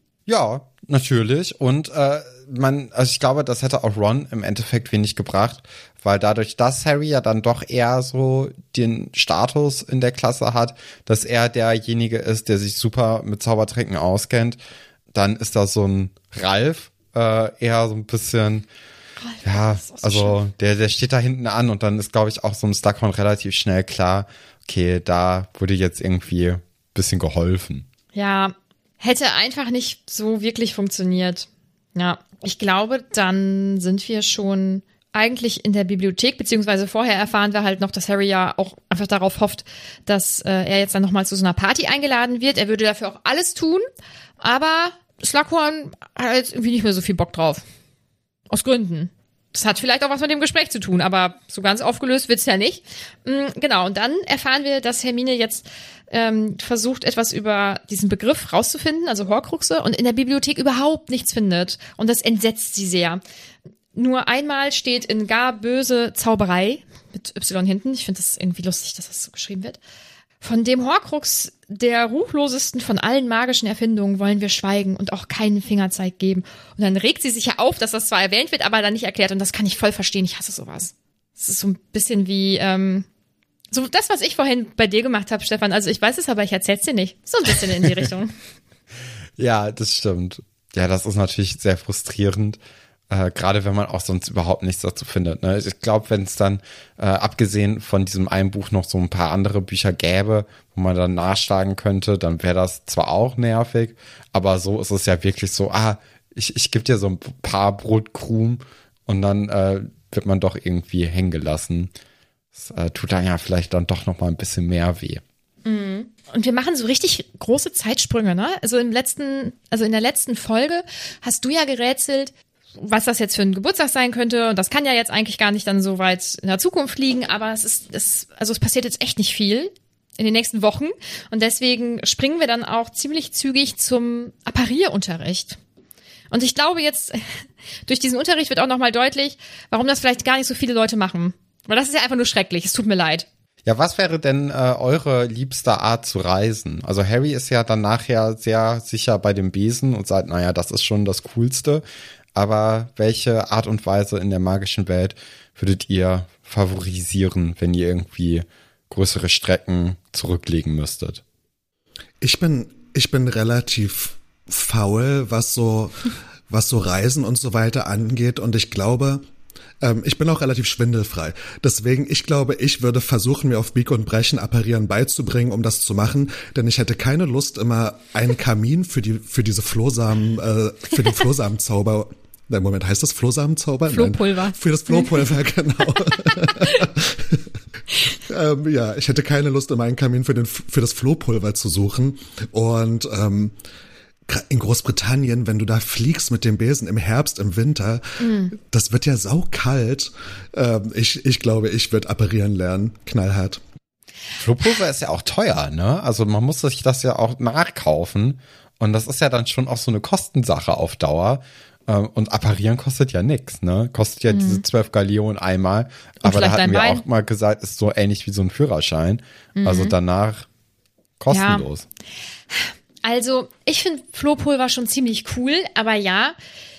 Speaker 6: Ja, natürlich. Und äh, man, also ich glaube, das hätte auch Ron im Endeffekt wenig gebracht, weil dadurch, dass Harry ja dann doch eher so den Status in der Klasse hat, dass er derjenige ist, der sich super mit Zaubertränken auskennt, dann ist da so ein Ralf äh, eher so ein bisschen... Ja, also der, der steht da hinten an und dann ist, glaube ich, auch so ein Slughorn relativ schnell klar, okay, da wurde jetzt irgendwie ein bisschen geholfen.
Speaker 8: Ja, hätte einfach nicht so wirklich funktioniert. Ja, ich glaube, dann sind wir schon eigentlich in der Bibliothek, beziehungsweise vorher erfahren wir halt noch, dass Harry ja auch einfach darauf hofft, dass äh, er jetzt dann nochmal zu so einer Party eingeladen wird. Er würde dafür auch alles tun, aber Slughorn hat jetzt irgendwie nicht mehr so viel Bock drauf. Aus Gründen. Das hat vielleicht auch was mit dem Gespräch zu tun, aber so ganz aufgelöst wird's ja nicht. Genau, und dann erfahren wir, dass Hermine jetzt ähm, versucht, etwas über diesen Begriff rauszufinden, also Horcruxe, und in der Bibliothek überhaupt nichts findet. Und das entsetzt sie sehr. Nur einmal steht in gar böse Zauberei, mit Y hinten, ich finde das irgendwie lustig, dass das so geschrieben wird. Von dem Horcrux, der ruchlosesten von allen magischen Erfindungen, wollen wir schweigen und auch keinen Fingerzeig geben. Und dann regt sie sich ja auf, dass das zwar erwähnt wird, aber dann nicht erklärt. Und das kann ich voll verstehen. Ich hasse sowas. Das ist so ein bisschen wie, ähm, so das, was ich vorhin bei dir gemacht habe, Stefan. Also ich weiß es, aber ich erzähl's dir nicht. So ein bisschen in die Richtung.
Speaker 6: Ja, das stimmt. Ja, das ist natürlich sehr frustrierend. Äh, gerade wenn man auch sonst überhaupt nichts dazu findet. Ne? Ich glaube, wenn es dann, äh, abgesehen von diesem einen Buch, noch so ein paar andere Bücher gäbe, wo man dann nachschlagen könnte, dann wäre das zwar auch nervig, aber so ist es ja wirklich so, ah, ich, ich gebe dir so ein paar Brotkrumen und dann äh, wird man doch irgendwie hängen gelassen. Das äh, tut dann ja vielleicht dann doch noch mal ein bisschen mehr weh.
Speaker 8: Mhm. Und wir machen so richtig große Zeitsprünge, ne? Also im letzten, also in der letzten Folge hast du ja gerätselt, was das jetzt für ein Geburtstag sein könnte. Und das kann ja jetzt eigentlich gar nicht dann so weit in der Zukunft liegen. Aber es ist, es, also es passiert jetzt echt nicht viel in den nächsten Wochen. Und deswegen springen wir dann auch ziemlich zügig zum Apparierunterricht. Und ich glaube jetzt, durch diesen Unterricht wird auch nochmal deutlich, warum das vielleicht gar nicht so viele Leute machen. Weil das ist ja einfach nur schrecklich. Es tut mir leid.
Speaker 6: Ja, was wäre denn äh, eure liebste Art zu reisen? Also Harry ist ja dann nachher sehr sicher bei dem Besen und sagt, naja, das ist schon das Coolste. Aber welche Art und Weise in der magischen Welt würdet ihr favorisieren, wenn ihr irgendwie größere Strecken zurücklegen müsstet?
Speaker 7: Ich bin, ich bin relativ faul, was so, was so Reisen und so weiter angeht. Und ich glaube, ähm, ich bin auch relativ schwindelfrei. Deswegen, ich glaube, ich würde versuchen, mir auf Bieg und Brechen Apparieren beizubringen, um das zu machen. Denn ich hätte keine Lust, immer einen Kamin für die, für diese Flohsamen, äh, für den Flohsamenzauber. Nein, Moment, heißt das Flohsamenzauber?
Speaker 8: Flohpulver.
Speaker 7: Nein, für das Flohpulver, genau. ähm, ja, ich hätte keine Lust, immer einen Kamin für den, für das Flohpulver zu suchen. Und, ähm, in Großbritannien, wenn du da fliegst mit dem Besen im Herbst, im Winter, mm. das wird ja saukalt. Ähm, ich, ich glaube, ich würde apparieren lernen. Knallhart.
Speaker 6: Flohpulver ist ja auch teuer, ne? Also man muss sich das ja auch nachkaufen. Und das ist ja dann schon auch so eine Kostensache auf Dauer. Und apparieren kostet ja nix, ne? Kostet ja mm. diese zwölf Galeonen einmal. Und aber da hatten wir Bein. auch mal gesagt, ist so ähnlich wie so ein Führerschein. Mm. Also danach kostenlos.
Speaker 8: Ja. Also, ich finde Flohpulver schon ziemlich cool, aber ja,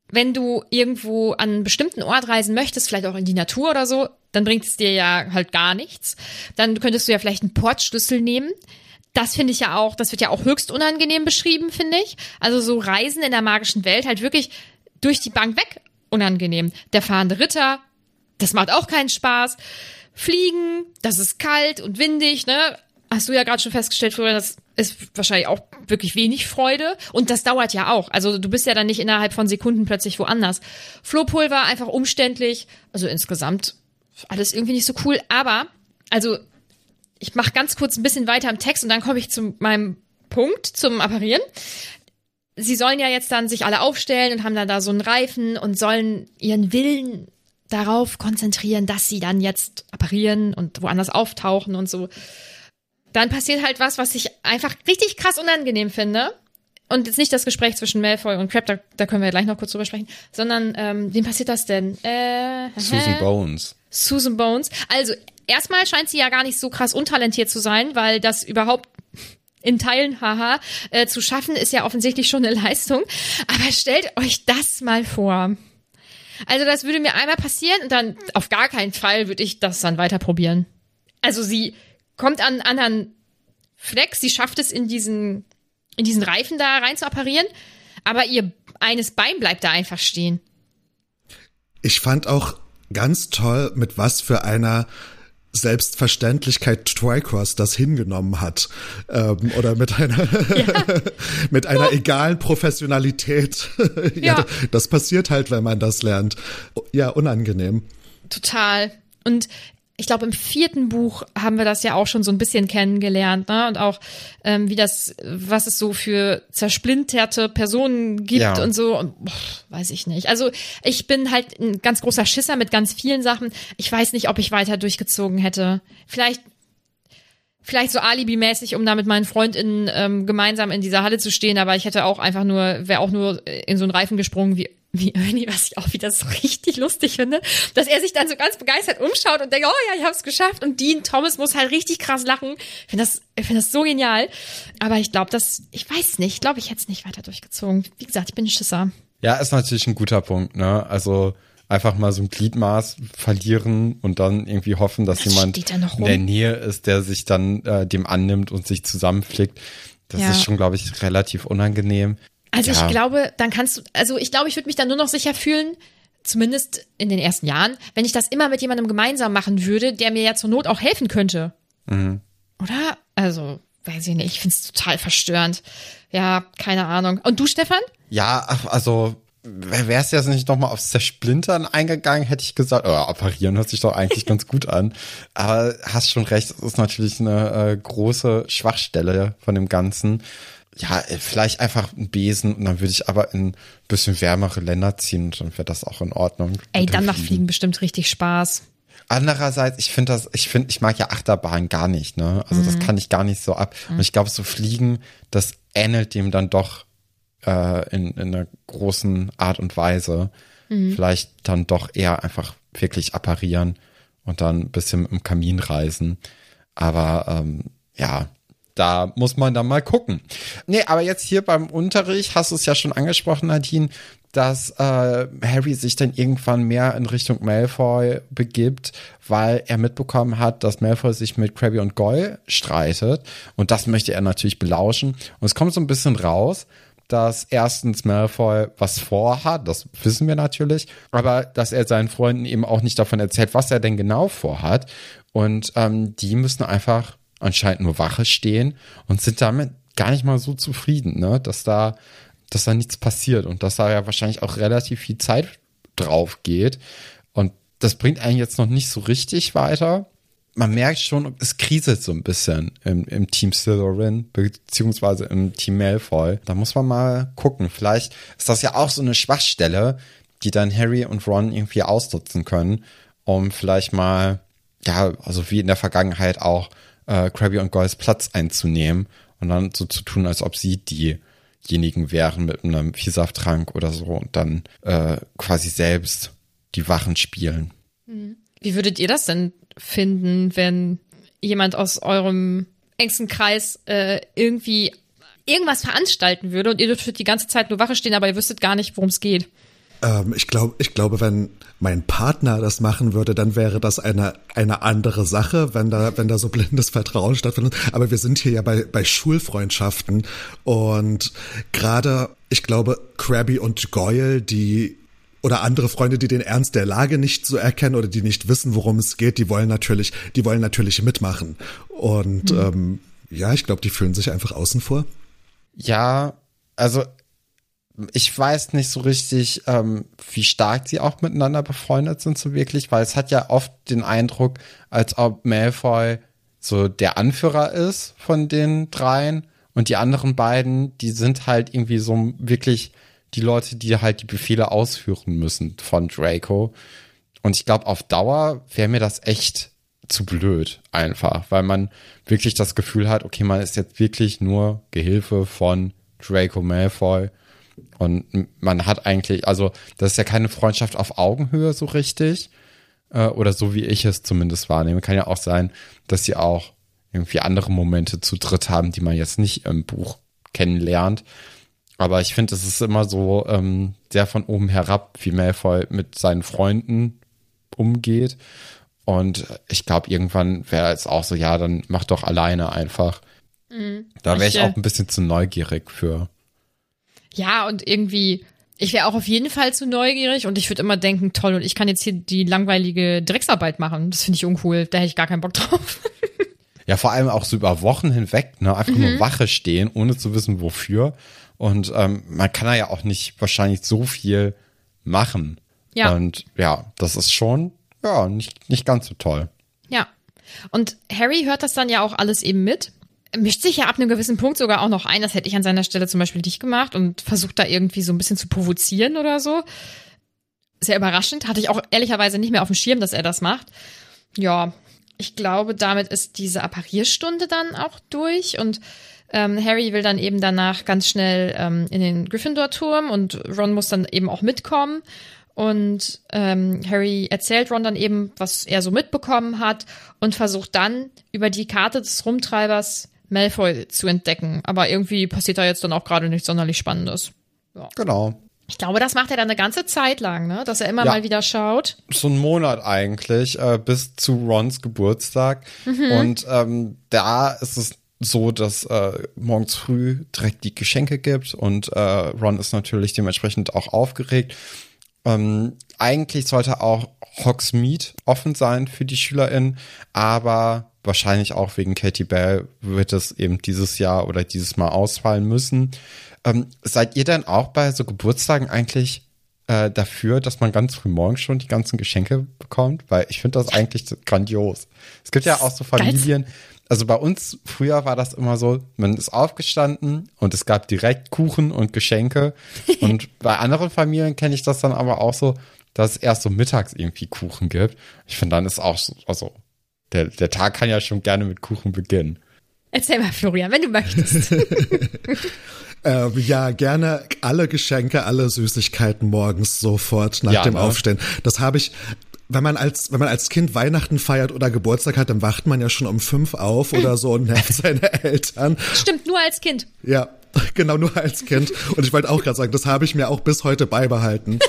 Speaker 8: wenn du irgendwo an einen bestimmten Ort reisen möchtest, vielleicht auch in die Natur oder so, dann bringt es dir ja halt gar nichts. Dann könntest du ja vielleicht einen Portschlüssel nehmen. Das finde ich ja auch, das wird ja auch höchst unangenehm beschrieben, finde ich. Also so Reisen in der magischen Welt halt wirklich durch die Bank weg unangenehm. Der fahrende Ritter, das macht auch keinen Spaß. Fliegen, das ist kalt und windig, ne? Hast du ja gerade schon festgestellt, Florian, das ist wahrscheinlich auch wirklich wenig Freude. Und das dauert ja auch. Also du bist ja dann nicht innerhalb von Sekunden plötzlich woanders. Flohpulver, einfach umständlich. Also insgesamt alles irgendwie nicht so cool. Aber, also ich mache ganz kurz ein bisschen weiter im Text und dann komme ich zu meinem Punkt, zum Apparieren. Sie sollen ja jetzt dann sich alle aufstellen und haben dann da so einen Reifen und sollen ihren Willen darauf konzentrieren, dass sie dann jetzt apparieren und woanders auftauchen und so. Dann passiert halt was, was ich einfach richtig krass unangenehm finde. Und jetzt nicht das Gespräch zwischen Malfoy und Crabbe, da, da können wir ja gleich noch kurz drüber sprechen, sondern, ähm, wem passiert das denn? Äh,
Speaker 6: Susan Bones.
Speaker 8: Susan Bones. Also, erstmal scheint sie ja gar nicht so krass untalentiert zu sein, weil das überhaupt in Teilen, haha, äh, zu schaffen, ist ja offensichtlich schon eine Leistung. Aber stellt euch das mal vor. Also, das würde mir einmal passieren und dann auf gar keinen Fall würde ich das dann weiter probieren. Also, sie kommt an einen anderen Fleck, sie schafft es in diesen, in diesen Reifen da rein zu apparieren, aber ihr eines Bein bleibt da einfach stehen.
Speaker 7: Ich fand auch ganz toll, mit was für einer Selbstverständlichkeit Twycross das hingenommen hat. Ähm, oder mit einer, ja. mit einer egalen Professionalität. ja,
Speaker 8: ja.
Speaker 7: Das passiert halt, wenn man das lernt. Ja, unangenehm.
Speaker 8: Total. Und ich glaube, im vierten Buch haben wir das ja auch schon so ein bisschen kennengelernt, ne? Und auch, ähm, wie das, was es so für zersplinterte Personen gibt
Speaker 6: ja.
Speaker 8: und so. Und, boah, weiß ich nicht. Also, ich bin halt ein ganz großer Schisser mit ganz vielen Sachen. Ich weiß nicht, ob ich weiter durchgezogen hätte. Vielleicht, vielleicht so alibimäßig, um da mit meinen FreundInnen ähm, gemeinsam in dieser Halle zu stehen. Aber ich hätte auch einfach nur, wäre auch nur in so einen Reifen gesprungen wie wie Ernie, was ich auch wieder so richtig lustig finde, dass er sich dann so ganz begeistert umschaut und denkt, oh ja, ich hab's geschafft. Und Dean Thomas muss halt richtig krass lachen. Ich finde das, ich finde das so genial. Aber ich glaube, dass, ich weiß nicht, ich glaube, ich hätte es nicht weiter durchgezogen. Wie gesagt, ich bin ein Schisser.
Speaker 6: Ja, ist natürlich ein guter Punkt, ne? Also einfach mal so ein Gliedmaß verlieren und dann irgendwie hoffen, dass
Speaker 8: das
Speaker 6: jemand in der Nähe ist, der sich dann äh, dem annimmt und sich zusammenflickt. Das
Speaker 8: ja.
Speaker 6: ist schon, glaube ich, relativ unangenehm.
Speaker 8: Also
Speaker 6: ja.
Speaker 8: ich glaube, dann kannst du, also ich glaube, ich würde mich dann nur noch sicher fühlen, zumindest in den ersten Jahren, wenn ich das immer mit jemandem gemeinsam machen würde, der mir ja zur Not auch helfen könnte.
Speaker 6: Mhm.
Speaker 8: Oder? Also, weiß ich nicht, ich finde es total verstörend. Ja, keine Ahnung. Und du, Stefan?
Speaker 6: Ja, ach, also wärst du jetzt nicht nochmal aufs Zersplintern eingegangen, hätte ich gesagt, oh, apparieren hört sich doch eigentlich ganz gut an. Aber hast schon recht, es ist natürlich eine äh, große Schwachstelle von dem Ganzen. Ja, vielleicht einfach ein Besen und dann würde ich aber in ein bisschen wärmere Länder ziehen und dann wäre das auch in Ordnung.
Speaker 8: Ey, dann macht Fliegen bestimmt richtig Spaß.
Speaker 6: Andererseits, ich finde das, ich finde, ich mag ja Achterbahn gar nicht, ne? Also mhm. das kann ich gar nicht so ab. Mhm. Und ich glaube, so Fliegen, das ähnelt dem dann doch äh, in, in einer großen Art und Weise. Mhm. Vielleicht dann doch eher einfach wirklich apparieren und dann ein bisschen im Kamin reisen. Aber ähm, ja, da muss man dann mal gucken. Nee, aber jetzt hier beim Unterricht, hast du es ja schon angesprochen, Nadine, dass äh, Harry sich dann irgendwann mehr in Richtung Malfoy begibt, weil er mitbekommen hat, dass Malfoy sich mit Crabbe und Goyle streitet. Und das möchte er natürlich belauschen. Und es kommt so ein bisschen raus, dass erstens Malfoy was vorhat, das wissen wir natürlich, aber dass er seinen Freunden eben auch nicht davon erzählt, was er denn genau vorhat. Und ähm, die müssen einfach anscheinend nur Wache stehen und sind damit gar nicht mal so zufrieden, ne, dass da, dass da nichts passiert und dass da ja wahrscheinlich auch relativ viel Zeit drauf geht. Und das bringt einen jetzt noch nicht so richtig weiter. Man merkt schon, es kriselt so ein bisschen im, im Team Slytherin, beziehungsweise im Team Malfoy. Da muss man mal gucken. Vielleicht ist das ja auch so eine Schwachstelle, die dann Harry und Ron irgendwie ausnutzen können, um vielleicht mal, ja, also wie in der Vergangenheit auch, äh, Crabbe und Goyles Platz einzunehmen und dann so zu tun, als ob sie diejenigen wären mit einem Viehsafttrank oder so und dann äh, quasi selbst die Wachen spielen.
Speaker 8: Wie würdet ihr das denn finden, wenn jemand aus eurem engsten Kreis äh, irgendwie irgendwas veranstalten würde und ihr dürftet die ganze Zeit nur Wache stehen, aber ihr wüsstet gar nicht, worum es geht?
Speaker 7: Ähm, ich glaube, ich glaube, wenn mein Partner das machen würde, dann wäre das eine eine andere Sache, wenn da wenn da so blindes Vertrauen stattfindet. Aber wir sind hier ja bei bei Schulfreundschaften und gerade, ich glaube, Krabby und Goyle, die oder andere Freunde, die den Ernst der Lage nicht so erkennen oder die nicht wissen, worum es geht, die wollen natürlich, die wollen natürlich mitmachen. Und mhm. ähm, ja, ich glaube, die fühlen sich einfach außen vor.
Speaker 6: Ja, also ich weiß nicht so richtig, ähm, wie stark sie auch miteinander befreundet sind, so wirklich, weil es hat ja oft den Eindruck, als ob Malfoy so der Anführer ist von den dreien und die anderen beiden, die sind halt irgendwie so wirklich die Leute, die halt die Befehle ausführen müssen von Draco. Und ich glaube, auf Dauer wäre mir das echt zu blöd einfach, weil man wirklich das Gefühl hat, okay, man ist jetzt wirklich nur Gehilfe von Draco Malfoy und man hat eigentlich, also das ist ja keine Freundschaft auf Augenhöhe so richtig äh, oder so wie ich es zumindest wahrnehme. Kann ja auch sein, dass sie auch irgendwie andere Momente zu dritt haben, die man jetzt nicht im Buch kennenlernt. Aber ich finde, es ist immer so ähm, sehr von oben herab, wie Malfoy mit seinen Freunden umgeht. Und ich glaube, irgendwann wäre es auch so, ja, dann mach doch alleine einfach. Mhm. Da wäre ich auch ein bisschen zu neugierig für.
Speaker 8: Ja, und irgendwie, ich wäre auch auf jeden Fall zu neugierig und ich würde immer denken, toll, und ich kann jetzt hier die langweilige Drecksarbeit machen. Das finde ich uncool, da hätte ich gar keinen Bock drauf.
Speaker 6: Ja, vor allem auch so über Wochen hinweg, ne, einfach mhm. nur Wache stehen, ohne zu wissen, wofür. Und ähm, man kann da ja auch nicht wahrscheinlich so viel machen. Ja. Und ja, das ist schon, ja, nicht, nicht ganz so toll.
Speaker 8: Ja. Und Harry hört das dann ja auch alles eben mit. Mischt sich ja ab einem gewissen Punkt sogar auch noch ein. Das hätte ich an seiner Stelle zum Beispiel nicht gemacht und versucht da irgendwie so ein bisschen zu provozieren oder so. Sehr überraschend. Hatte ich auch ehrlicherweise nicht mehr auf dem Schirm, dass er das macht. Ja, ich glaube, damit ist diese Apparierstunde dann auch durch und Ähm, Harry will dann eben danach ganz schnell ähm, in den Gryffindor-Turm und Ron muss dann eben auch mitkommen. Und ähm, Harry erzählt Ron dann eben, was er so mitbekommen hat und versucht dann über die Karte des Rumtreibers Malfoy zu entdecken. Aber irgendwie passiert da jetzt dann auch gerade nichts sonderlich Spannendes. Ja.
Speaker 6: Genau.
Speaker 8: Ich glaube, das macht er dann eine ganze Zeit lang, ne? Dass er immer ja. mal wieder schaut.
Speaker 6: So einen Monat eigentlich, äh, bis zu Rons Geburtstag. Mhm. Und ähm, da ist es so, dass äh, morgens früh direkt die Geschenke gibt und äh, Ron ist natürlich dementsprechend auch aufgeregt. Ähm, eigentlich sollte auch Hogsmeade offen sein für die SchülerInnen, aber wahrscheinlich auch wegen Katie Bell wird es eben dieses Jahr oder dieses Mal ausfallen müssen. Ähm, seid ihr denn auch bei so Geburtstagen eigentlich äh, dafür, dass man ganz früh morgens schon die ganzen Geschenke bekommt? Weil ich finde das eigentlich grandios. Es gibt ja auch so Familien, also bei uns früher war das immer so, man ist aufgestanden und es gab direkt Kuchen und Geschenke. Und bei anderen Familien kenne ich das dann aber auch so, dass es erst so mittags irgendwie Kuchen gibt. Ich finde, dann ist auch so, also der, der Tag kann ja schon gerne mit Kuchen beginnen.
Speaker 8: Erzähl mal, Florian, wenn du möchtest.
Speaker 7: äh, ja, gerne alle Geschenke, alle Süßigkeiten morgens sofort nach ja, dem ne? Aufstehen. Das habe ich... Wenn man als wenn man als Kind Weihnachten feiert oder Geburtstag hat, dann wacht man ja schon um fünf auf oder so und nervt seine Eltern.
Speaker 8: Stimmt, nur als Kind.
Speaker 7: Ja, genau, nur als Kind. Und ich wollte auch gerade sagen, das habe ich mir auch bis heute beibehalten.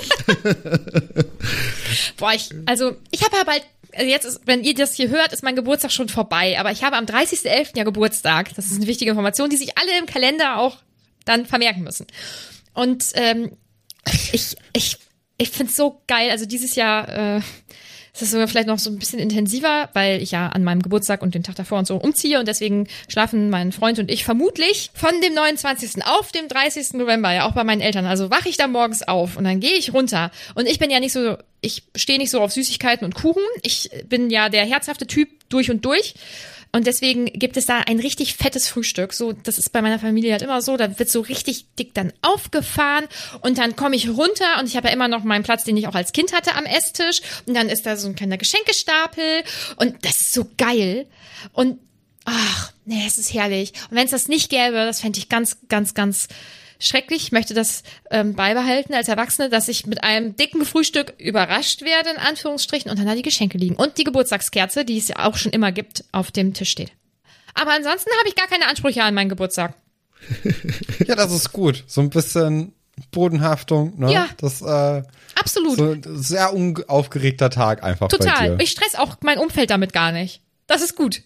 Speaker 8: Boah, ich, also ich habe ja bald, also jetzt ist, wenn ihr das hier hört, ist mein Geburtstag schon vorbei. Aber ich habe am dreißigsten elften ja Geburtstag. Das ist eine wichtige Information, die sich alle im Kalender auch dann vermerken müssen. Und ähm, ich ich Ich find's so geil. Also dieses Jahr äh, ist es sogar vielleicht noch so ein bisschen intensiver, weil ich ja an meinem Geburtstag und den Tag davor und so umziehe und deswegen schlafen mein Freund und ich vermutlich von dem neunundzwanzigsten auf dem dreißigsten November ja auch bei meinen Eltern. Also wache ich da morgens auf und dann gehe ich runter. Und ich bin ja nicht so, ich stehe nicht so auf Süßigkeiten und Kuchen. Ich bin ja der herzhafte Typ durch und durch. Und deswegen gibt es da ein richtig fettes Frühstück. So, das ist bei meiner Familie halt immer so. Da wird so richtig dick dann aufgefahren und dann komme ich runter und ich habe ja immer noch meinen Platz, den ich auch als Kind hatte am Esstisch. Und dann ist da so ein kleiner Geschenkestapel und das ist so geil. Und ach, nee, es ist herrlich. Und wenn es das nicht gäbe, das fände ich ganz, ganz, ganz schrecklich. Ich möchte das ähm, beibehalten als Erwachsene, dass ich mit einem dicken Frühstück überrascht werde, in Anführungsstrichen, und dann da die Geschenke liegen. Und die Geburtstagskerze, die es ja auch schon immer gibt, auf dem Tisch steht. Aber ansonsten habe ich gar keine Ansprüche an meinen Geburtstag.
Speaker 6: Ja, das ist gut. So ein bisschen, Bodenhaftung, ne?
Speaker 8: Ja.
Speaker 6: Das, äh,
Speaker 8: Absolut.
Speaker 6: So ein sehr unaufgeregter Tag einfach
Speaker 8: Total.
Speaker 6: bei dir.
Speaker 8: Ich stress auch mein Umfeld damit gar nicht. Das ist gut.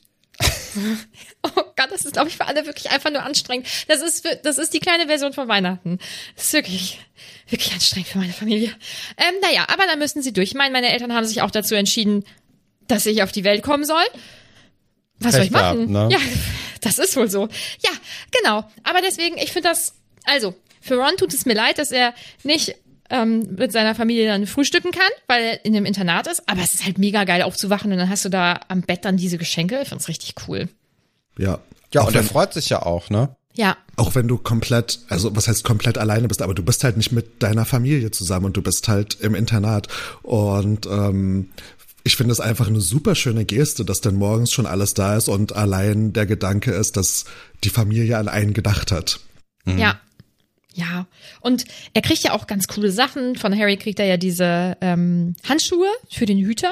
Speaker 8: Oh Gott, das ist, glaube ich, für alle wirklich einfach nur anstrengend. Das ist, für, das ist die kleine Version von Weihnachten. Das ist wirklich, wirklich anstrengend für meine Familie. Ähm, naja, aber da müssen sie durch. Ich meine, meine Eltern haben sich auch dazu entschieden, dass ich auf die Welt kommen soll. Was soll ich machen?
Speaker 6: Gehabt, ne?
Speaker 8: Ja, das ist wohl so. Ja, genau. Aber deswegen, ich finde das, also, für Ron tut es mir leid, dass er nicht ähm, mit seiner Familie dann frühstücken kann, weil er in einem Internat ist. Aber es ist halt mega geil aufzuwachen und dann hast du da am Bett dann diese Geschenke. Ich find's richtig cool.
Speaker 7: Ja.
Speaker 6: Ja,
Speaker 7: auch
Speaker 6: und er
Speaker 7: wenn,
Speaker 6: freut sich ja auch, ne?
Speaker 8: Ja.
Speaker 7: Auch wenn du komplett, also was heißt komplett alleine bist, aber du bist halt nicht mit deiner Familie zusammen und du bist halt im Internat. Und ähm, ich finde es einfach eine super schöne Geste, dass dann morgens schon alles da ist und allein der Gedanke ist, dass die Familie an einen gedacht hat.
Speaker 6: Mhm.
Speaker 8: Ja. Ja. Und er kriegt ja auch ganz coole Sachen. Von Harry kriegt er ja diese ähm, Handschuhe für den Hüter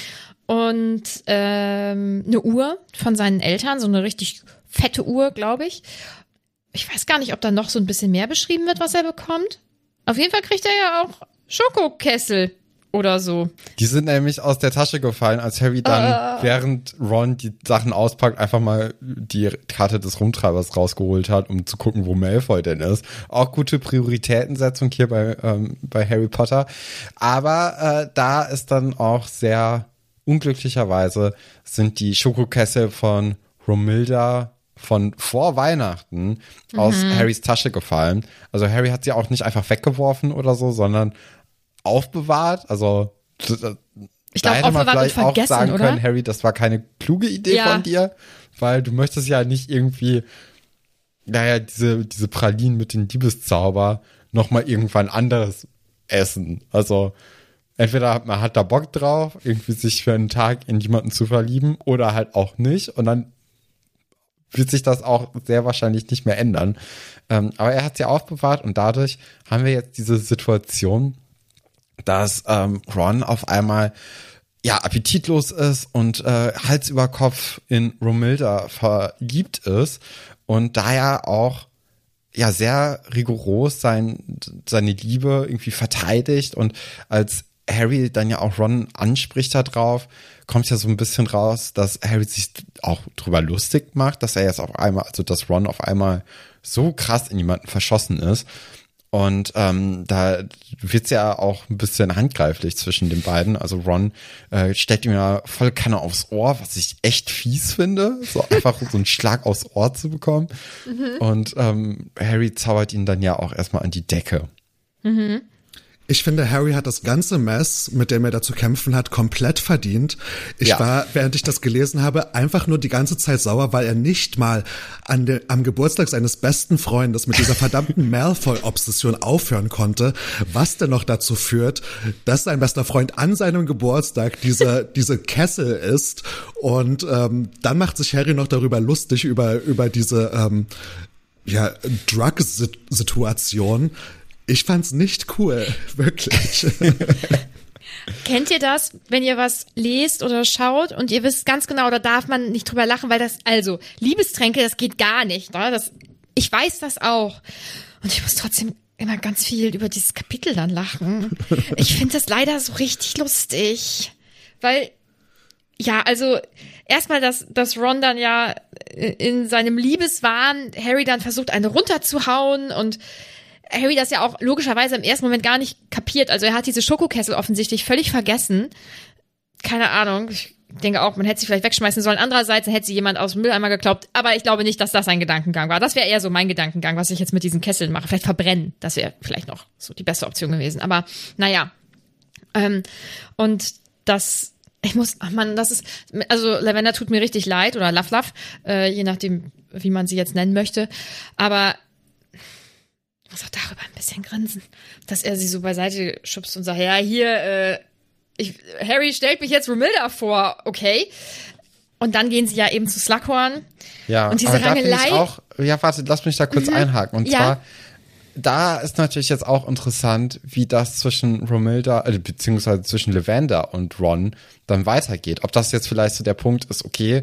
Speaker 8: und ähm, eine Uhr von seinen Eltern, so eine richtig fette Uhr, glaube ich. Ich weiß gar nicht, ob da noch so ein bisschen mehr beschrieben wird, was er bekommt. Auf jeden Fall kriegt er ja auch Schokokessel oder so.
Speaker 6: Die sind nämlich aus der Tasche gefallen, als Harry dann, uh. während Ron die Sachen auspackt, einfach mal die Karte des Rumtreibers rausgeholt hat, um zu gucken, wo Malfoy denn ist. Auch gute Prioritätensetzung hier bei, ähm, bei Harry Potter. Aber äh, da ist dann auch sehr unglücklicherweise sind die Schokokessel von Romilda von vor Weihnachten mhm. aus Harrys Tasche gefallen. Also Harry hat sie auch nicht einfach weggeworfen oder so, sondern aufbewahrt. Also
Speaker 8: ich
Speaker 6: da
Speaker 8: glaub,
Speaker 6: hätte man vielleicht auch sagen
Speaker 8: oder?
Speaker 6: können, Harry, das war keine kluge Idee
Speaker 8: ja.
Speaker 6: von dir, weil du möchtest ja nicht irgendwie, naja, diese, diese Pralinen mit den Liebeszauber nochmal irgendwann anderes essen. Also entweder man hat da Bock drauf, irgendwie sich für einen Tag in jemanden zu verlieben oder halt auch nicht und dann wird sich das auch sehr wahrscheinlich nicht mehr ändern. Ähm, aber er hat sie aufbewahrt und dadurch haben wir jetzt diese Situation, dass ähm, Ron auf einmal ja appetitlos ist und äh, Hals über Kopf in Romilda verliebt ist und daher auch ja sehr rigoros sein seine Liebe irgendwie verteidigt und als Harry dann ja auch Ron anspricht da drauf, kommt ja so ein bisschen raus, dass Harry sich auch drüber lustig macht, dass er jetzt auf einmal, also dass Ron auf einmal so krass in jemanden verschossen ist. Und ähm, da wird's ja auch ein bisschen handgreiflich zwischen den beiden. Also Ron äh, stellt ihm ja voll Kanne aufs Ohr, was ich echt fies finde, so einfach so einen Schlag aufs Ohr zu bekommen. Mhm. Und ähm, Harry zaubert ihn dann ja auch erstmal an die Decke.
Speaker 8: Mhm.
Speaker 7: Ich finde, Harry hat das ganze Mess, mit dem er da zu kämpfen hat, komplett verdient. Ich ja. war, während ich das gelesen habe, einfach nur die ganze Zeit sauer, weil er nicht mal an de, am Geburtstag seines besten Freundes mit dieser verdammten Malfoy-Obsession aufhören konnte, was denn noch dazu führt, dass sein bester Freund an seinem Geburtstag diese, diese Kessel isst. Und ähm, dann macht sich Harry noch darüber lustig, über, über diese ähm, ja, Drug-Situation. Ich fand's nicht cool, wirklich.
Speaker 8: Kennt ihr das, wenn ihr was lest oder schaut und ihr wisst ganz genau, da darf man nicht drüber lachen, weil das, also, Liebestränke, das geht gar nicht. Ne? Das, ich weiß das auch. Und ich muss trotzdem immer ganz viel über dieses Kapitel dann lachen. Ich finde das leider so richtig lustig. Weil, ja, also, erstmal, dass, dass Ron dann ja in seinem Liebeswahn Harry dann versucht, eine runterzuhauen und Harry das ja auch logischerweise im ersten Moment gar nicht kapiert. Also er hat diese Schokokessel offensichtlich völlig vergessen. Keine Ahnung. Ich denke auch, man hätte sie vielleicht wegschmeißen sollen. Andererseits hätte sie jemand aus dem Mülleimer geglaubt. Aber ich glaube nicht, dass das ein Gedankengang war. Das wäre eher so mein Gedankengang, was ich jetzt mit diesen Kesseln mache. Vielleicht verbrennen. Das wäre vielleicht noch so die beste Option gewesen. Aber naja. Ähm, und das, ich muss, ach man, das ist, also Lavender tut mir richtig leid. Oder Love Love. Äh, je nachdem, wie man sie jetzt nennen möchte. Aber ich muss auch darüber ein bisschen grinsen, dass er sie so beiseite schubst und sagt, ja, hier, äh, ich, Harry stellt mich jetzt Romilda vor, okay. Und dann gehen sie ja eben zu Slughorn.
Speaker 6: Ja,
Speaker 8: und diese
Speaker 6: aber da
Speaker 8: Rangelei.
Speaker 6: Ich auch, ja, warte, lass mich da kurz mhm. einhaken. Und
Speaker 8: ja.
Speaker 6: zwar, da ist natürlich jetzt auch interessant, wie das zwischen Romilda, äh, beziehungsweise zwischen Lavender und Ron dann weitergeht. Ob das jetzt vielleicht so der Punkt ist, okay,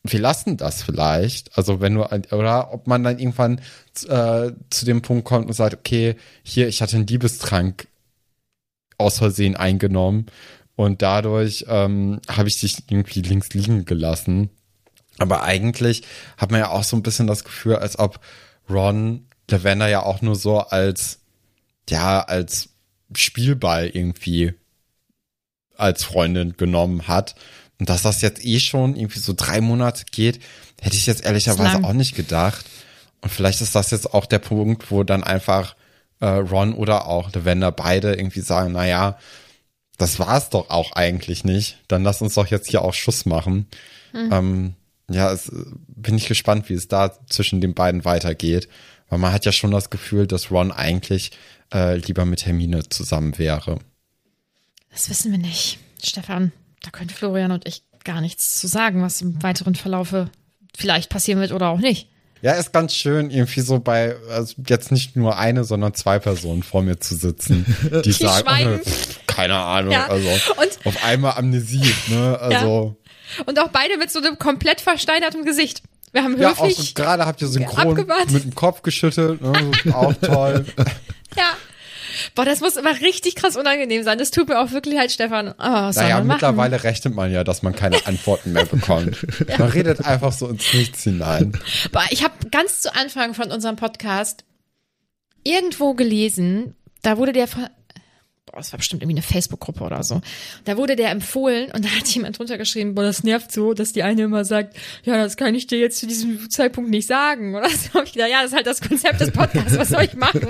Speaker 6: wir lassen das vielleicht. Also wenn du, oder ob man dann irgendwann äh, zu dem Punkt kommt und sagt, okay, hier, ich hatte einen Liebestrank aus Versehen eingenommen und dadurch ähm, habe ich dich irgendwie links liegen gelassen. Aber eigentlich hat man ja auch so ein bisschen das Gefühl, als ob Ron Lavender ja auch nur so als, ja, als Spielball irgendwie als Freundin genommen hat. Und dass das jetzt eh schon irgendwie so drei Monate geht, hätte ich jetzt ehrlicherweise auch nicht gedacht. Und vielleicht ist das jetzt auch der Punkt, wo dann einfach äh, Ron oder auch Lavender beide irgendwie sagen, naja, das war's doch auch eigentlich nicht. Dann lass uns doch jetzt hier auch Schluss machen. Mhm. Ähm, ja, es, bin ich gespannt, wie es da zwischen den beiden weitergeht. Weil man hat ja schon das Gefühl, dass Ron eigentlich äh, lieber mit Hermine zusammen wäre.
Speaker 8: Das wissen wir nicht, Stefan. Da können Florian und ich gar nichts zu sagen, was im weiteren Verlaufe vielleicht passieren wird oder auch nicht.
Speaker 6: Ja, ist ganz schön, irgendwie so bei, also jetzt nicht nur eine, sondern zwei Personen vor mir zu sitzen, die, die sagen, oh, keine Ahnung, ja. also und auf einmal Amnesie, ne, also.
Speaker 8: Ja. Und auch beide mit so einem komplett versteinerten Gesicht. Wir haben
Speaker 6: ja,
Speaker 8: höflich
Speaker 6: auch so, gerade habt ihr synchron mit dem Kopf geschüttelt, ne, auch toll.
Speaker 8: Ja. Boah, das muss immer richtig krass unangenehm sein. Das tut mir auch wirklich halt, Stefan. Oh, was
Speaker 6: naja,
Speaker 8: soll man
Speaker 6: mittlerweile
Speaker 8: machen?
Speaker 6: rechnet man ja, dass man keine Antworten mehr bekommt. Ja. Man redet einfach so ins Nichts hinein.
Speaker 8: Boah, ich habe ganz zu Anfang von unserem Podcast irgendwo gelesen, da wurde der von, boah, das war bestimmt irgendwie eine Facebook-Gruppe oder so. Da wurde der empfohlen und da hat jemand drunter geschrieben, boah, das nervt so, dass die eine immer sagt, ja, das kann ich dir jetzt zu diesem Zeitpunkt nicht sagen. Oder so habe ich gedacht, ja, das ist halt das Konzept des Podcasts, was soll ich machen?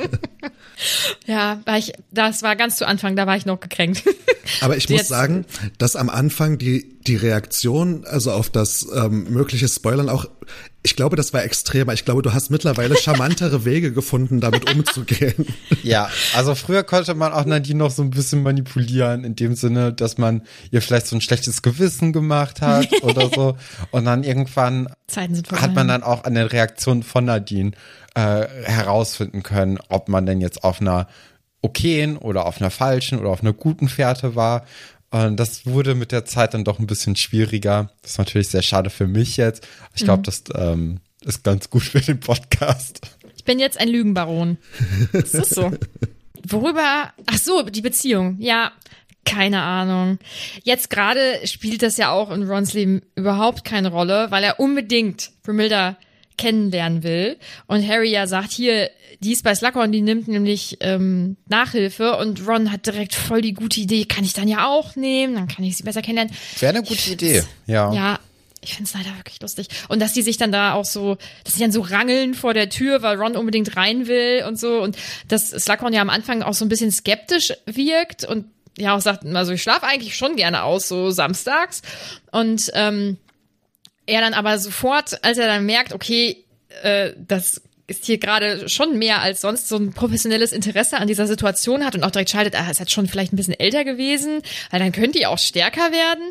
Speaker 8: Ja, war ich, das war ganz zu Anfang, da war ich noch gekränkt.
Speaker 7: Aber ich muss sagen, dass am Anfang die die Reaktion, also auf das ähm, mögliche Spoilern auch, ich glaube, das war extremer. Ich glaube, du hast mittlerweile charmantere Wege gefunden, damit umzugehen.
Speaker 6: Ja, also früher konnte man auch Nadine noch so ein bisschen manipulieren, in dem Sinne, dass man ihr vielleicht so ein schlechtes Gewissen gemacht hat oder so. Und dann irgendwann hat man dann auch an der Reaktion von Nadine äh, herausfinden können, ob man denn jetzt auf einer okayen oder auf einer falschen oder auf einer guten Fährte war. Und das wurde mit der Zeit dann doch ein bisschen schwieriger. Das ist natürlich sehr schade für mich jetzt. Ich glaube, mhm. das ähm, ist ganz gut für den Podcast.
Speaker 8: Ich bin jetzt ein Lügenbaron. Das ist so. Worüber? Ach so, die Beziehung. Ja, keine Ahnung. Jetzt gerade spielt das ja auch in Rons Leben überhaupt keine Rolle, weil er unbedingt Brumhilda kennenlernen will. Und Harry ja sagt, hier, die ist bei Slughorn, die nimmt nämlich ähm, Nachhilfe und Ron hat direkt voll die gute Idee, kann ich dann ja auch nehmen, dann kann ich sie besser kennenlernen.
Speaker 6: Wäre eine gute Idee, ja.
Speaker 8: Ja, ich find's leider wirklich lustig. Und dass die sich dann da auch so, dass sie dann so rangeln vor der Tür, weil Ron unbedingt rein will und so. Und dass Slughorn ja am Anfang auch so ein bisschen skeptisch wirkt und ja auch sagt, also ich schlafe eigentlich schon gerne aus, so samstags. Und ähm, er dann aber sofort, als er dann merkt, okay, äh, das ist hier gerade schon mehr als sonst, so ein professionelles Interesse an dieser Situation hat und auch direkt schaltet, ah, ist jetzt schon vielleicht ein bisschen älter gewesen, weil dann könnte die auch stärker werden.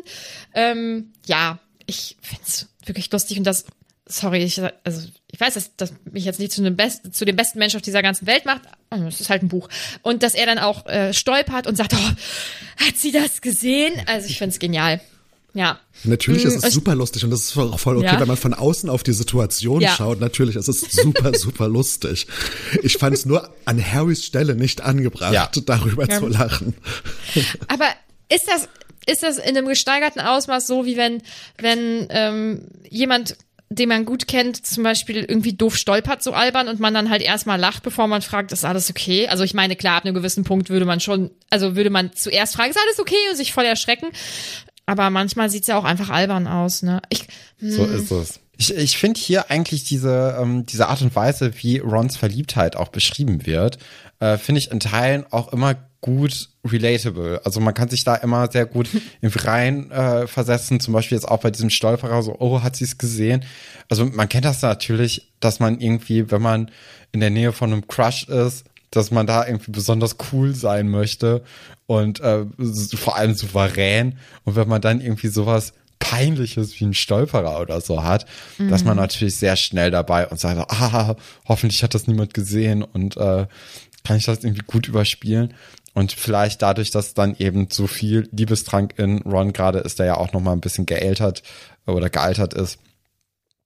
Speaker 8: Ähm, ja, ich find's wirklich lustig und das, sorry, ich, also ich weiß, dass das mich jetzt nicht zu dem, Best, zu dem besten Mensch auf dieser ganzen Welt macht, aber es ist halt ein Buch. Und dass er dann auch äh, stolpert und sagt, oh, hat sie das gesehen? Also ich find's genial. Ja.
Speaker 7: Natürlich ist es super lustig und das ist voll okay,
Speaker 8: ja.
Speaker 7: wenn man von außen auf die Situation ja. schaut. Natürlich ist es super, super lustig. Ich fand es nur an Harrys Stelle nicht angebracht, ja. darüber ja. zu lachen.
Speaker 8: Aber ist das, ist das in einem gesteigerten Ausmaß so, wie wenn, wenn ähm, jemand, den man gut kennt, zum Beispiel irgendwie doof stolpert, so albern, und man dann halt erstmal lacht, bevor man fragt, ist alles okay? Also ich meine, klar, ab einem gewissen Punkt würde man schon, also würde man zuerst fragen, ist alles okay? Und sich voll erschrecken. Aber manchmal sieht's ja auch einfach albern aus, ne? Ich,
Speaker 6: so ist es. Ich, ich finde hier eigentlich diese, ähm, diese Art und Weise, wie Rons Verliebtheit auch beschrieben wird, äh, finde ich in Teilen auch immer gut relatable. Also man kann sich da immer sehr gut rein äh, versetzen, zum Beispiel jetzt auch bei diesem Stolperer, so, oh, hat sie es gesehen? Also man kennt das natürlich, dass man irgendwie, wenn man in der Nähe von einem Crush ist, dass man da irgendwie besonders cool sein möchte und äh, vor allem souverän. Und wenn man dann irgendwie sowas Peinliches wie ein Stolperer oder so hat, mhm. dass man natürlich sehr schnell dabei und sagt, ah, hoffentlich hat das niemand gesehen und äh, kann ich das irgendwie gut überspielen. Und vielleicht dadurch, dass dann eben so viel Liebestrank in Ron gerade ist, der ja auch noch mal ein bisschen geältert oder gealtert ist,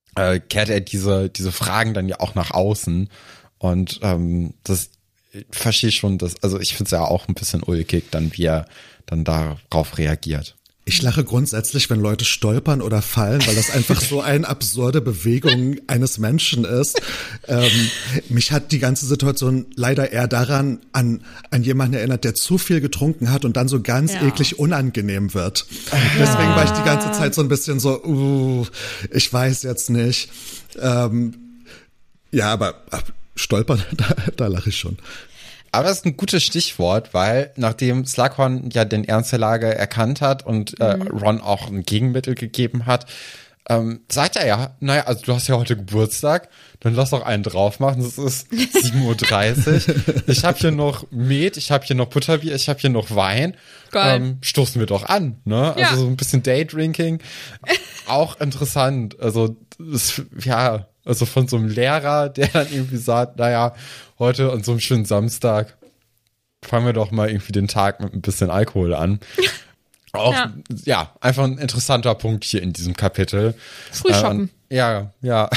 Speaker 6: äh, kehrt er diese diese Fragen dann ja auch nach außen und ähm, das ich verstehe schon, dass, also ich finde es ja auch ein bisschen ulkig, dann wie er dann darauf reagiert.
Speaker 7: Ich lache grundsätzlich, wenn Leute stolpern oder fallen, weil das einfach so eine absurde Bewegung eines Menschen ist. Ähm, mich hat die ganze Situation leider eher daran an, an jemanden erinnert, der zu viel getrunken hat und dann so ganz
Speaker 8: ja.
Speaker 7: eklig unangenehm wird.
Speaker 8: Ja.
Speaker 7: Deswegen war ich die ganze Zeit so ein bisschen so, uh, ich weiß jetzt nicht. Ähm, ja, aber ab, stolpern, da, da lache ich schon.
Speaker 6: Aber das ist ein gutes Stichwort, weil nachdem Slughorn ja den Ernst der Lage erkannt hat und äh, Ron auch ein Gegenmittel gegeben hat, ähm, sagt er ja, naja, also du hast ja heute Geburtstag, dann lass doch einen drauf machen, es ist sieben Uhr dreißig. Ich habe hier noch Met, ich habe hier noch Butterbier, ich habe hier noch Wein.
Speaker 8: Geil.
Speaker 6: Ähm, stoßen wir doch an, ne?
Speaker 8: Ja.
Speaker 6: Also so ein bisschen Daydrinking. Auch interessant. Also das, ja, also von so einem Lehrer, der dann irgendwie sagt, naja, heute an so einem schönen Samstag fangen wir doch mal irgendwie den Tag mit ein bisschen Alkohol an. Auch, ja. ja, einfach ein interessanter Punkt hier in diesem Kapitel.
Speaker 8: Frühshoppen.
Speaker 6: Äh, ja, ja.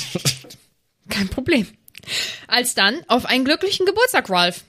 Speaker 8: Kein Problem. Als dann auf einen glücklichen Geburtstag, Ralph.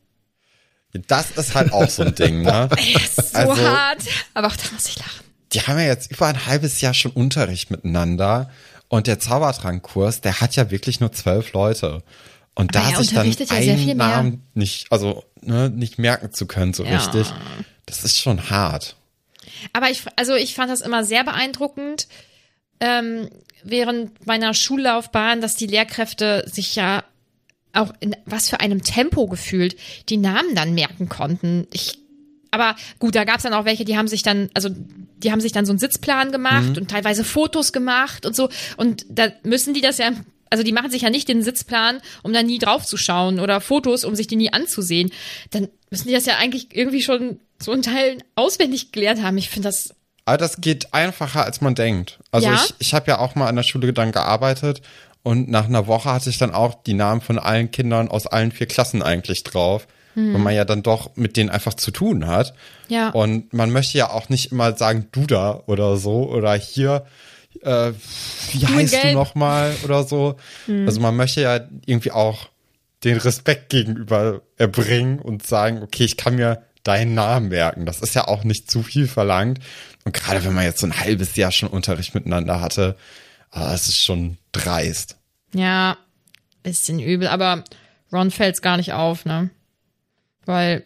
Speaker 6: Das ist halt auch so ein Ding, ne?
Speaker 8: Es ist so
Speaker 6: also,
Speaker 8: hart. Aber auch da muss ich lachen.
Speaker 6: Die haben ja jetzt über ein halbes Jahr schon Unterricht miteinander. Und der Zaubertrankkurs, der hat ja wirklich nur zwölf Leute. Und
Speaker 8: aber
Speaker 6: da sich dann
Speaker 8: ja
Speaker 6: einen Namen nicht, also ne, nicht merken zu können so
Speaker 8: ja.
Speaker 6: richtig, das ist schon hart.
Speaker 8: Aber ich, also ich fand das immer sehr beeindruckend ähm, während meiner Schullaufbahn, dass die Lehrkräfte sich ja auch in was für einem Tempo gefühlt die Namen dann merken konnten. Ich, aber gut, da gab es dann auch welche, die haben sich dann, also die haben sich dann so einen Sitzplan gemacht mhm. und teilweise Fotos gemacht und so. Und da müssen die das ja, also die machen sich ja nicht den Sitzplan, um da nie drauf zu schauen oder Fotos, um sich die nie anzusehen. Dann müssen die das ja eigentlich irgendwie schon so in Teilen auswendig gelernt haben. Ich finde das.
Speaker 6: Aber das geht einfacher, als man denkt. Also
Speaker 8: ja?
Speaker 6: ich, ich habe ja auch mal an der Schule dann gearbeitet und nach einer Woche hatte ich dann auch die Namen von allen Kindern aus allen vier Klassen eigentlich drauf. Hm. Weil man ja dann doch mit denen einfach zu tun hat.
Speaker 8: Ja.
Speaker 6: Und man möchte ja auch nicht immer sagen, du da oder so oder hier, äh, wie
Speaker 8: du
Speaker 6: heißt du nochmal oder so. Hm. Also man möchte ja irgendwie auch den Respekt gegenüber erbringen und sagen, okay, ich kann mir deinen Namen merken. Das ist ja auch nicht zu viel verlangt. Und gerade wenn man jetzt so ein halbes Jahr schon Unterricht miteinander hatte, das ist schon dreist.
Speaker 8: Ja, bisschen übel, aber Ron fällt's gar nicht auf, ne? Weil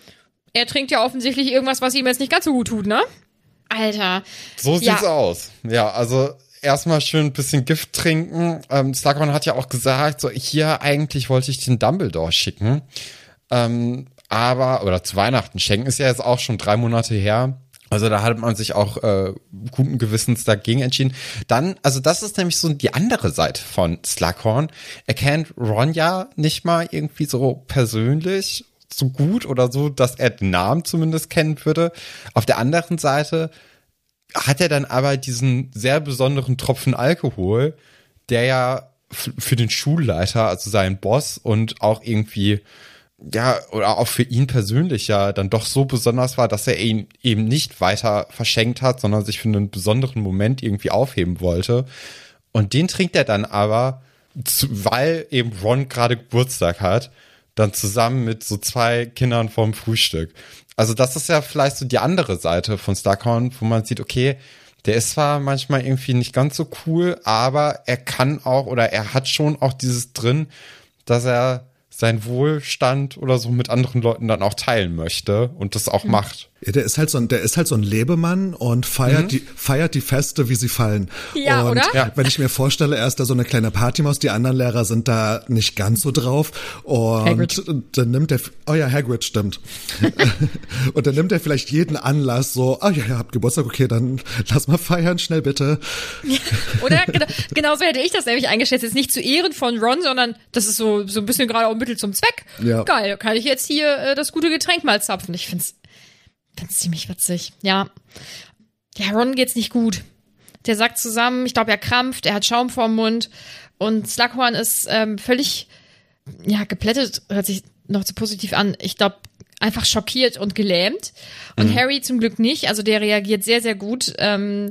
Speaker 8: er trinkt ja offensichtlich irgendwas, was ihm jetzt nicht ganz so gut tut, ne? Alter.
Speaker 6: So sieht's ja. aus. Ja, also erstmal schön ein bisschen Gift trinken. Ähm, Slughorn hat ja auch gesagt, so hier eigentlich wollte ich den Dumbledore schicken. Ähm, aber, oder zu Weihnachten schenken, ist ja jetzt auch schon drei Monate her. Also da hat man sich auch äh, guten Gewissens dagegen entschieden. Dann, also das ist nämlich so die andere Seite von Slughorn. Er kennt Ron ja nicht mal irgendwie so persönlich so gut oder so, dass er den Namen zumindest kennen würde. Auf der anderen Seite hat er dann aber diesen sehr besonderen Tropfen Alkohol, der ja f- für den Schulleiter, also seinen Boss und auch irgendwie, ja, oder auch für ihn persönlich ja dann doch so besonders war, dass er ihn eben nicht weiter verschenkt hat, sondern sich für einen besonderen Moment irgendwie aufheben wollte. Und den trinkt er dann aber, zu, weil eben Ron gerade Geburtstag hat, dann zusammen mit so zwei Kindern vorm Frühstück. Also das ist ja vielleicht so die andere Seite von Slughorn, wo man sieht, okay, der ist zwar manchmal irgendwie nicht ganz so cool, aber er kann auch oder er hat schon auch dieses drin, dass er seinen Wohlstand oder so mit anderen Leuten dann auch teilen möchte und das auch mhm. macht.
Speaker 7: Ja, der ist halt so ein, der ist halt so ein Lebemann und feiert mhm. die, feiert die Feste, wie sie fallen.
Speaker 8: Ja,
Speaker 7: und
Speaker 8: oder?
Speaker 7: Ja. Wenn ich mir vorstelle, er ist da so eine kleine Partymaus, die anderen Lehrer sind da nicht ganz so drauf und Hagrid. Dann nimmt er, oh ja, Hagrid, stimmt. Und dann nimmt er vielleicht jeden Anlass so, oh ja, ihr habt Geburtstag, okay, dann lass mal feiern, schnell bitte.
Speaker 8: Oder? Genau, genauso hätte ich das nämlich eingeschätzt. Jetzt nicht zu Ehren von Ron, sondern das ist so, so ein bisschen gerade auch Mittel zum Zweck.
Speaker 7: Ja.
Speaker 8: Geil, kann ich jetzt hier äh, das gute Getränk mal zapfen. Ich find's Das ist ziemlich witzig, ja. Ja, Ron geht's nicht gut. Der sackt zusammen, ich glaube, er krampft, er hat Schaum vorm Mund und Slughorn ist ähm, völlig, ja, geplättet, hört sich noch zu positiv an. Ich glaube, einfach schockiert und gelähmt. Und mhm. Harry zum Glück nicht, also der reagiert sehr, sehr gut, ähm,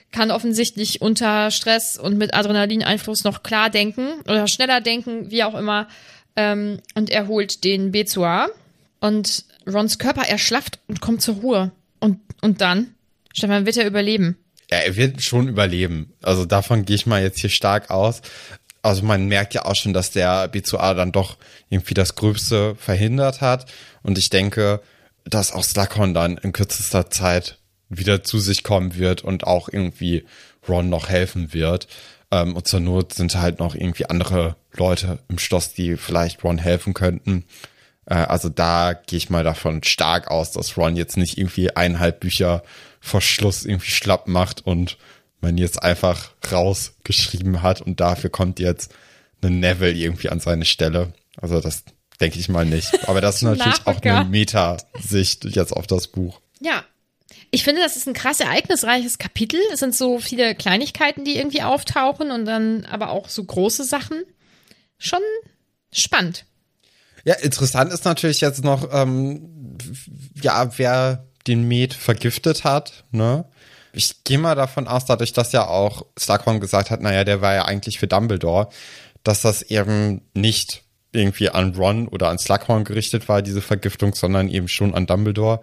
Speaker 8: kann offensichtlich unter Stress und mit Adrenalineinfluss noch klar denken oder schneller denken, wie auch immer. Ähm, und er holt den Bezoar und Rons Körper erschlafft und kommt zur Ruhe. Und, und dann, Stefan, wird er überleben?
Speaker 6: Ja, er wird schon überleben. Also davon gehe ich mal jetzt hier stark aus. Also man merkt ja auch schon, dass der Bezoar dann doch irgendwie das Gröbste verhindert hat. Und ich denke, dass auch Slughorn dann in kürzester Zeit wieder zu sich kommen wird und auch irgendwie Ron noch helfen wird. Ähm, und zur Not sind halt noch irgendwie andere Leute im Schloss, die vielleicht Ron helfen könnten. Äh, also da gehe ich mal davon stark aus, dass Ron jetzt nicht irgendwie eineinhalb Bücher vor Schluss irgendwie schlapp macht und man jetzt einfach rausgeschrieben hat und dafür kommt jetzt eine Neville irgendwie an seine Stelle. Also das denke ich mal nicht. Aber das ist natürlich auch eine Meta-Sicht jetzt auf das Buch.
Speaker 8: Ja, ich finde, das ist ein krass ereignisreiches Kapitel. Es sind so viele Kleinigkeiten, die irgendwie auftauchen und dann aber auch so große Sachen. Schon spannend.
Speaker 6: Ja, interessant ist natürlich jetzt noch, ähm, ja, wer den Met vergiftet hat, ne? Ich gehe mal davon aus, dadurch, dass ja auch Slughorn gesagt hat, naja, der war ja eigentlich für Dumbledore, dass das eben nicht irgendwie an Ron oder an Slughorn gerichtet war, diese Vergiftung, sondern eben schon an Dumbledore.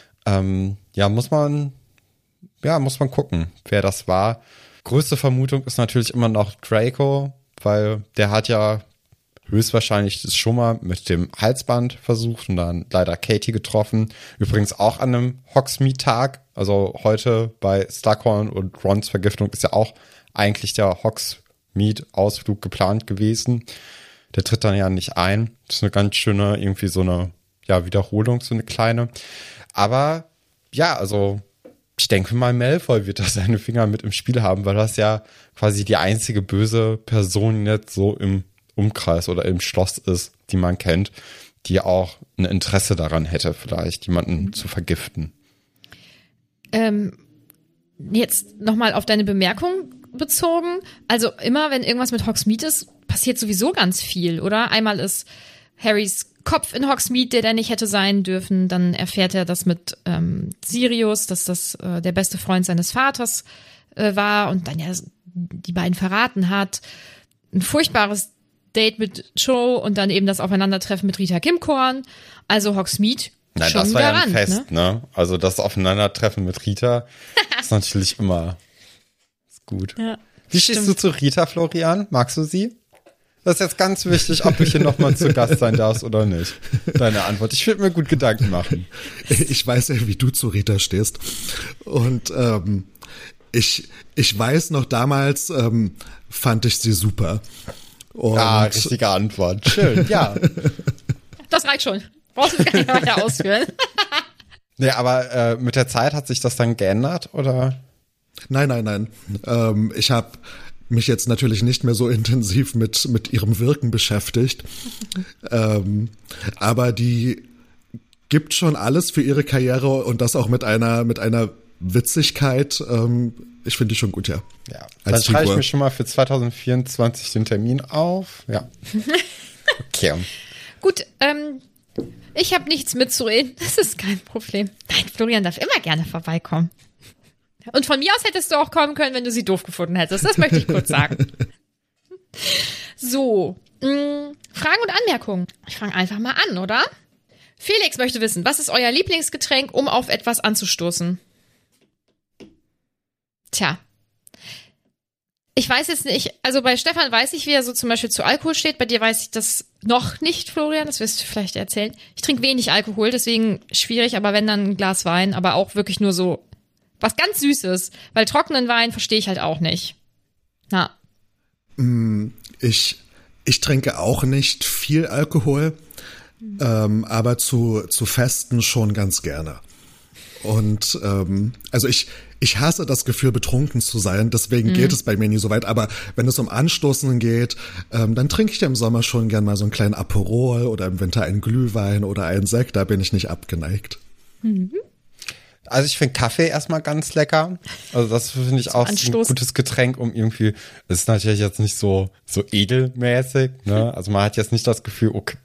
Speaker 6: Ähm, ja, muss man, ja, muss man gucken, wer das war. Größte Vermutung ist natürlich immer noch Draco, weil der hat ja höchstwahrscheinlich das schon mal mit dem Halsband versucht und dann leider Katie getroffen. Übrigens auch an einem Hogsmeade-Tag. Also heute bei Slughorn und Rons Vergiftung ist ja auch eigentlich der Hogsmeade-Ausflug geplant gewesen. Der tritt dann ja nicht ein. Das ist eine ganz schöne, irgendwie so eine, ja, Wiederholung, so eine kleine. Aber ja, also ich denke mal, Malfoy wird da seine Finger mit im Spiel haben, weil das ja quasi die einzige böse Person jetzt so im Umkreis oder im Schloss ist, die man kennt, die auch ein Interesse daran hätte, vielleicht jemanden zu vergiften.
Speaker 8: Ähm, jetzt nochmal auf deine Bemerkung bezogen. Also immer, wenn irgendwas mit Hogsmeade ist, passiert sowieso ganz viel, oder? Einmal ist Harrys Kopf in Hogsmeade, der da nicht hätte sein dürfen. Dann erfährt er das mit ähm, Sirius, dass das äh, der beste Freund seines Vaters äh, war und dann ja die beiden verraten hat. Ein furchtbares Date mit Cho und dann eben das Aufeinandertreffen mit Rita Kimkorn. Also Hogsmeade
Speaker 6: Nein,
Speaker 8: schon
Speaker 6: das war
Speaker 8: garant,
Speaker 6: ja ein Fest, ne? ne? Also das Aufeinandertreffen mit Rita ist natürlich immer ist gut.
Speaker 8: Ja,
Speaker 6: Wie stehst stimmt. du zu Rita, Florian? Magst du sie? Das ist jetzt ganz wichtig, ob du hier nochmal zu Gast sein darfst oder nicht. Deine Antwort. Ich würde mir gut Gedanken machen.
Speaker 7: Ich weiß ja, wie du zu Rita stehst. Und ähm, ich, ich weiß noch, damals ähm, fand ich sie super. Und
Speaker 6: ja, richtige Antwort. Schön, ja.
Speaker 8: Das reicht schon. Brauchst du gar nicht weiter ausführen.
Speaker 6: Nee, aber äh, mit der Zeit hat sich das dann geändert, oder?
Speaker 7: Nein, nein, nein. Ähm, ich habe mich jetzt natürlich nicht mehr so intensiv mit mit ihrem Wirken beschäftigt. ähm, aber die gibt schon alles für ihre Karriere und das auch mit einer mit einer Witzigkeit. Ähm, ich finde die schon gut, ja.
Speaker 6: Ja, dann schreibe ich mir schon mal für zwanzig vierundzwanzig den Termin auf. Ja. Okay.
Speaker 8: Gut, ähm, ich habe nichts mitzureden. Das ist kein Problem. Nein, Florian darf immer gerne vorbeikommen. Und von mir aus hättest du auch kommen können, wenn du sie doof gefunden hättest. Das möchte ich kurz sagen. So, mh, Fragen und Anmerkungen. Ich fange einfach mal an, oder? Felix möchte wissen, was ist euer Lieblingsgetränk, um auf etwas anzustoßen? Tja. Ich weiß jetzt nicht, also bei Stefan weiß ich, wie er so zum Beispiel zu Alkohol steht. Bei dir weiß ich das noch nicht, Florian, das wirst du vielleicht erzählen. Ich trinke wenig Alkohol, deswegen schwierig, aber wenn, dann ein Glas Wein, aber auch wirklich nur so was ganz Süßes, weil trockenen Wein verstehe ich halt auch nicht. Na.
Speaker 7: Ich, ich trinke auch nicht viel Alkohol, mhm. ähm, aber zu, zu Festen schon ganz gerne. Und ähm, also ich, ich hasse das Gefühl, betrunken zu sein, deswegen mhm. geht es bei mir nie so weit. Aber wenn es um Anstoßen geht, ähm, dann trinke ich im Sommer schon gern mal so einen kleinen Aperol oder im Winter einen Glühwein oder einen Sekt, da bin ich nicht abgeneigt.
Speaker 8: Mhm.
Speaker 6: Also ich finde Kaffee erstmal ganz lecker. Also das finde ich auch ein gutes Getränk, um irgendwie, es ist natürlich jetzt nicht so so edelmäßig, ne? Also man hat jetzt nicht das Gefühl, okay,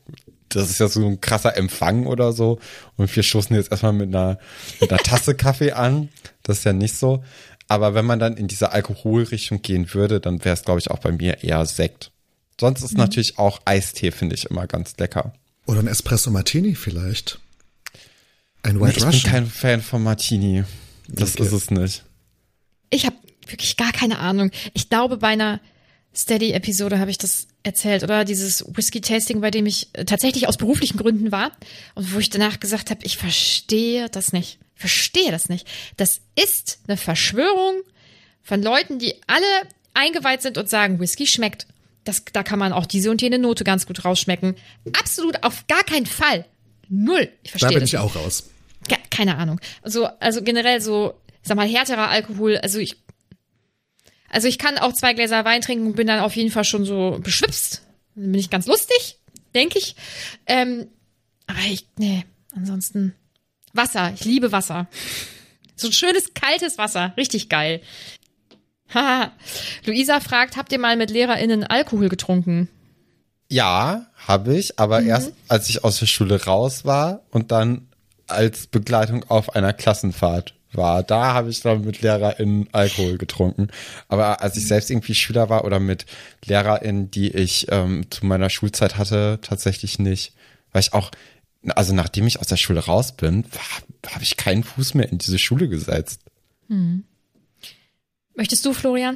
Speaker 6: das ist ja so ein krasser Empfang oder so. Und wir stoßen jetzt erstmal mit einer, mit einer Tasse Kaffee an. Das ist ja nicht so. Aber wenn man dann in diese Alkoholrichtung gehen würde, dann wäre es, glaube ich, auch bei mir eher Sekt. Sonst ist mhm. natürlich auch Eistee, finde ich, immer ganz lecker.
Speaker 7: Oder ein Espresso Martini vielleicht. Ein White
Speaker 6: ich
Speaker 7: Russian.
Speaker 6: Ich bin kein Fan von Martini. Das okay. ist es nicht.
Speaker 8: Ich habe wirklich gar keine Ahnung. Ich glaube, bei einer Steady-Episode habe ich das erzählt, oder? Dieses Whisky-Tasting, bei dem ich tatsächlich aus beruflichen Gründen war und wo ich danach gesagt habe, ich verstehe das nicht. Ich verstehe das nicht. Das ist eine Verschwörung von Leuten, die alle eingeweiht sind und sagen, Whisky schmeckt. Das, da kann man auch diese und jene Note ganz gut rausschmecken. Absolut auf gar keinen Fall. Null. Ich verstehe das.
Speaker 7: Da bin
Speaker 8: ich
Speaker 7: nicht. auch raus.
Speaker 8: Ja, keine Ahnung. Also, also generell so, sag mal, härterer Alkohol, also ich Also ich kann auch zwei Gläser Wein trinken und bin dann auf jeden Fall schon so beschwipst. Dann bin ich ganz lustig, denke ich. Ähm, aber ich, nee, ansonsten Wasser. Ich liebe Wasser. So ein schönes, kaltes Wasser. Richtig geil. Haha. Luisa fragt, habt ihr mal mit LehrerInnen Alkohol getrunken?
Speaker 6: Ja, habe ich, aber mhm. erst als ich aus der Schule raus war und dann als Begleitung auf einer Klassenfahrt war. Da habe ich dann mit LehrerInnen Alkohol getrunken. Aber als ich selbst irgendwie Schüler war oder mit LehrerInnen, die ich ähm, zu meiner Schulzeit hatte, tatsächlich nicht. Weil ich auch, also nachdem ich aus der Schule raus bin, habe ich keinen Fuß mehr in diese Schule gesetzt.
Speaker 8: Hm. Möchtest du, Florian?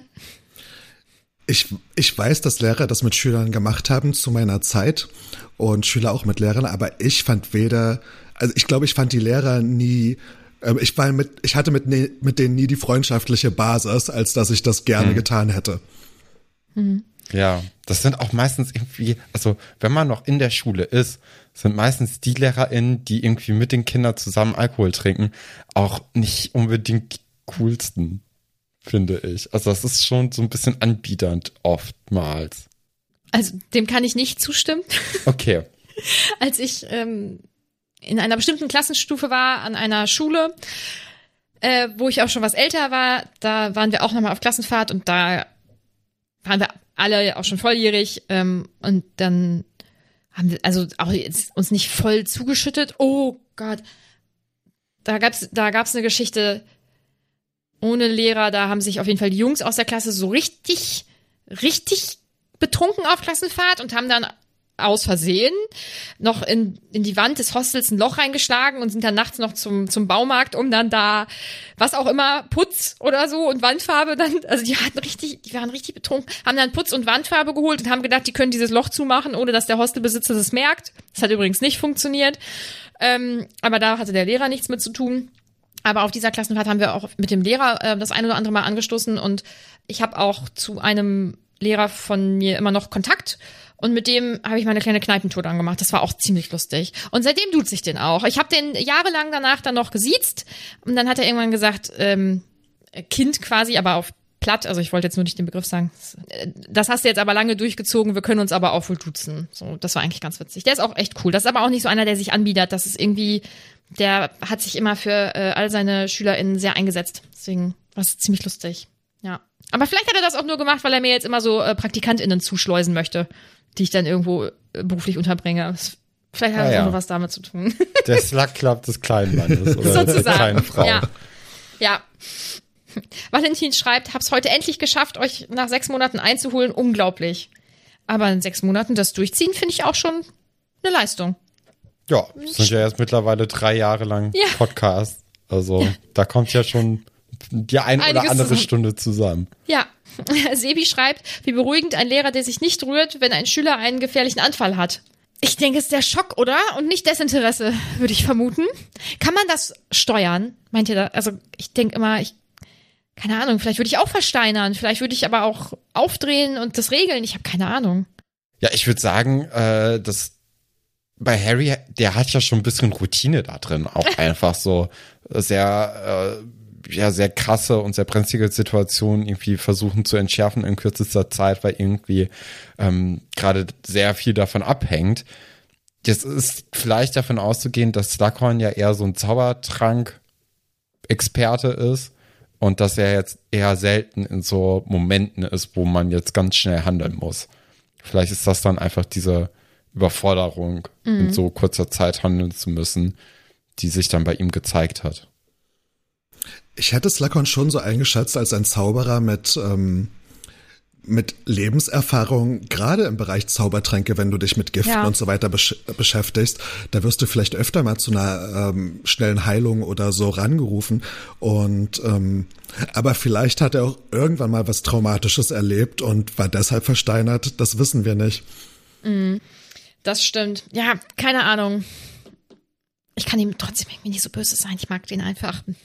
Speaker 7: Ich, ich weiß, dass Lehrer das mit Schülern gemacht haben zu meiner Zeit und Schüler auch mit Lehrern, aber ich fand weder, also ich glaube, ich fand die Lehrer nie Ich war mit, ich hatte mit, mit denen nie die freundschaftliche Basis, als dass ich das gerne hm. getan hätte.
Speaker 8: Mhm.
Speaker 6: Ja, das sind auch meistens irgendwie, also wenn man noch in der Schule ist, sind meistens die LehrerInnen, die irgendwie mit den Kindern zusammen Alkohol trinken, auch nicht unbedingt die coolsten, finde ich. Also das ist schon so ein bisschen anbiedernd oftmals.
Speaker 8: Also dem kann ich nicht zustimmen.
Speaker 6: Okay.
Speaker 8: Als ich ähm in einer bestimmten Klassenstufe war, an einer Schule, äh, wo ich auch schon was älter war, da waren wir auch nochmal auf Klassenfahrt und da waren wir alle auch schon volljährig ähm, und dann haben wir also auch jetzt uns nicht voll zugeschüttet. Oh Gott, da gab's da gab's eine Geschichte ohne Lehrer, da haben sich auf jeden Fall die Jungs aus der Klasse so richtig, richtig betrunken auf Klassenfahrt und haben dann aus Versehen noch in, in die Wand des Hostels ein Loch reingeschlagen und sind dann nachts noch zum, zum Baumarkt, um dann da, was auch immer, Putz oder so und Wandfarbe dann, also die hatten richtig, die waren richtig betrunken, haben dann Putz und Wandfarbe geholt und haben gedacht, die können dieses Loch zumachen, ohne dass der Hostelbesitzer das merkt. Das hat übrigens nicht funktioniert. Ähm, aber da hatte der Lehrer nichts mit zu tun. Aber auf dieser Klassenfahrt haben wir auch mit dem Lehrer äh, das ein oder andere Mal angestoßen und ich habe auch zu einem Lehrer von mir immer noch Kontakt. Und mit dem habe ich meine kleine Kneipentour dann gemacht. Das war auch ziemlich lustig. Und seitdem duze ich den auch. Ich habe den jahrelang danach dann noch gesiezt. Und dann hat er irgendwann gesagt, ähm, Kind quasi, aber auf platt. Also ich wollte jetzt nur nicht den Begriff sagen. Das hast du jetzt aber lange durchgezogen. Wir können uns aber auch wohl duzen. So, das war eigentlich ganz witzig. Der ist auch echt cool. Das ist aber auch nicht so einer, der sich anbietet. Das ist irgendwie, der hat sich immer für äh, all seine SchülerInnen sehr eingesetzt. Deswegen war es ziemlich lustig. Ja. Aber vielleicht hat er das auch nur gemacht, weil er mir jetzt immer so äh, PraktikantInnen zuschleusen möchte, die ich dann irgendwo beruflich unterbringe. Das, vielleicht hat
Speaker 6: ah,
Speaker 8: das
Speaker 6: ja.
Speaker 8: auch noch was damit zu tun.
Speaker 6: Der Slug Club des kleinen Mannes oder
Speaker 8: sozusagen.
Speaker 6: der kleinen Frau.
Speaker 8: Ja. ja. Valentin schreibt, hab's heute endlich geschafft, euch nach sechs Monaten einzuholen. Unglaublich. Aber in sechs Monaten das durchziehen, finde ich auch schon eine Leistung.
Speaker 6: Ja, das sind ja jetzt mittlerweile drei Jahre lang
Speaker 8: ja.
Speaker 6: Podcast. Also ja. da kommt ja schon die ein
Speaker 8: Einiges
Speaker 6: oder andere
Speaker 8: zusammen.
Speaker 6: Stunde zusammen.
Speaker 8: Ja. Sebi schreibt, wie beruhigend ein Lehrer, der sich nicht rührt, wenn ein Schüler einen gefährlichen Anfall hat. Ich denke, es ist der Schock, oder? Und nicht Desinteresse, würde ich vermuten. Kann man das steuern? Meint ihr da? Also ich denke immer, ich, keine Ahnung, vielleicht würde ich auch versteinern, vielleicht würde ich aber auch aufdrehen und das regeln. Ich habe keine Ahnung.
Speaker 6: Ja, ich würde sagen, äh, dass bei Harry, der hat ja schon ein bisschen Routine da drin, auch einfach so sehr äh, ja sehr krasse und sehr brenzlige Situationen irgendwie versuchen zu entschärfen in kürzester Zeit, weil irgendwie ähm, gerade sehr viel davon abhängt. Jetzt ist vielleicht davon auszugehen, dass Slughorn ja eher so ein Zaubertrank-Experte ist und dass er jetzt eher selten in so Momenten ist, wo man jetzt ganz schnell handeln muss. Vielleicht ist das dann einfach diese Überforderung mhm. in so kurzer Zeit handeln zu müssen, die sich dann bei ihm gezeigt hat.
Speaker 7: Ich hätte Slughorn schon so eingeschätzt als ein Zauberer mit, ähm, mit Lebenserfahrung, gerade im Bereich Zaubertränke, wenn du dich mit Giften ja. und so weiter besch- beschäftigst, da wirst du vielleicht öfter mal zu einer ähm, schnellen Heilung oder so rangerufen. Und ähm, aber vielleicht hat er auch irgendwann mal was Traumatisches erlebt und war deshalb versteinert, das wissen wir nicht.
Speaker 8: Mm, das stimmt. Ja, keine Ahnung. Ich kann ihm trotzdem irgendwie nicht so böse sein. Ich mag den einfach. Hm.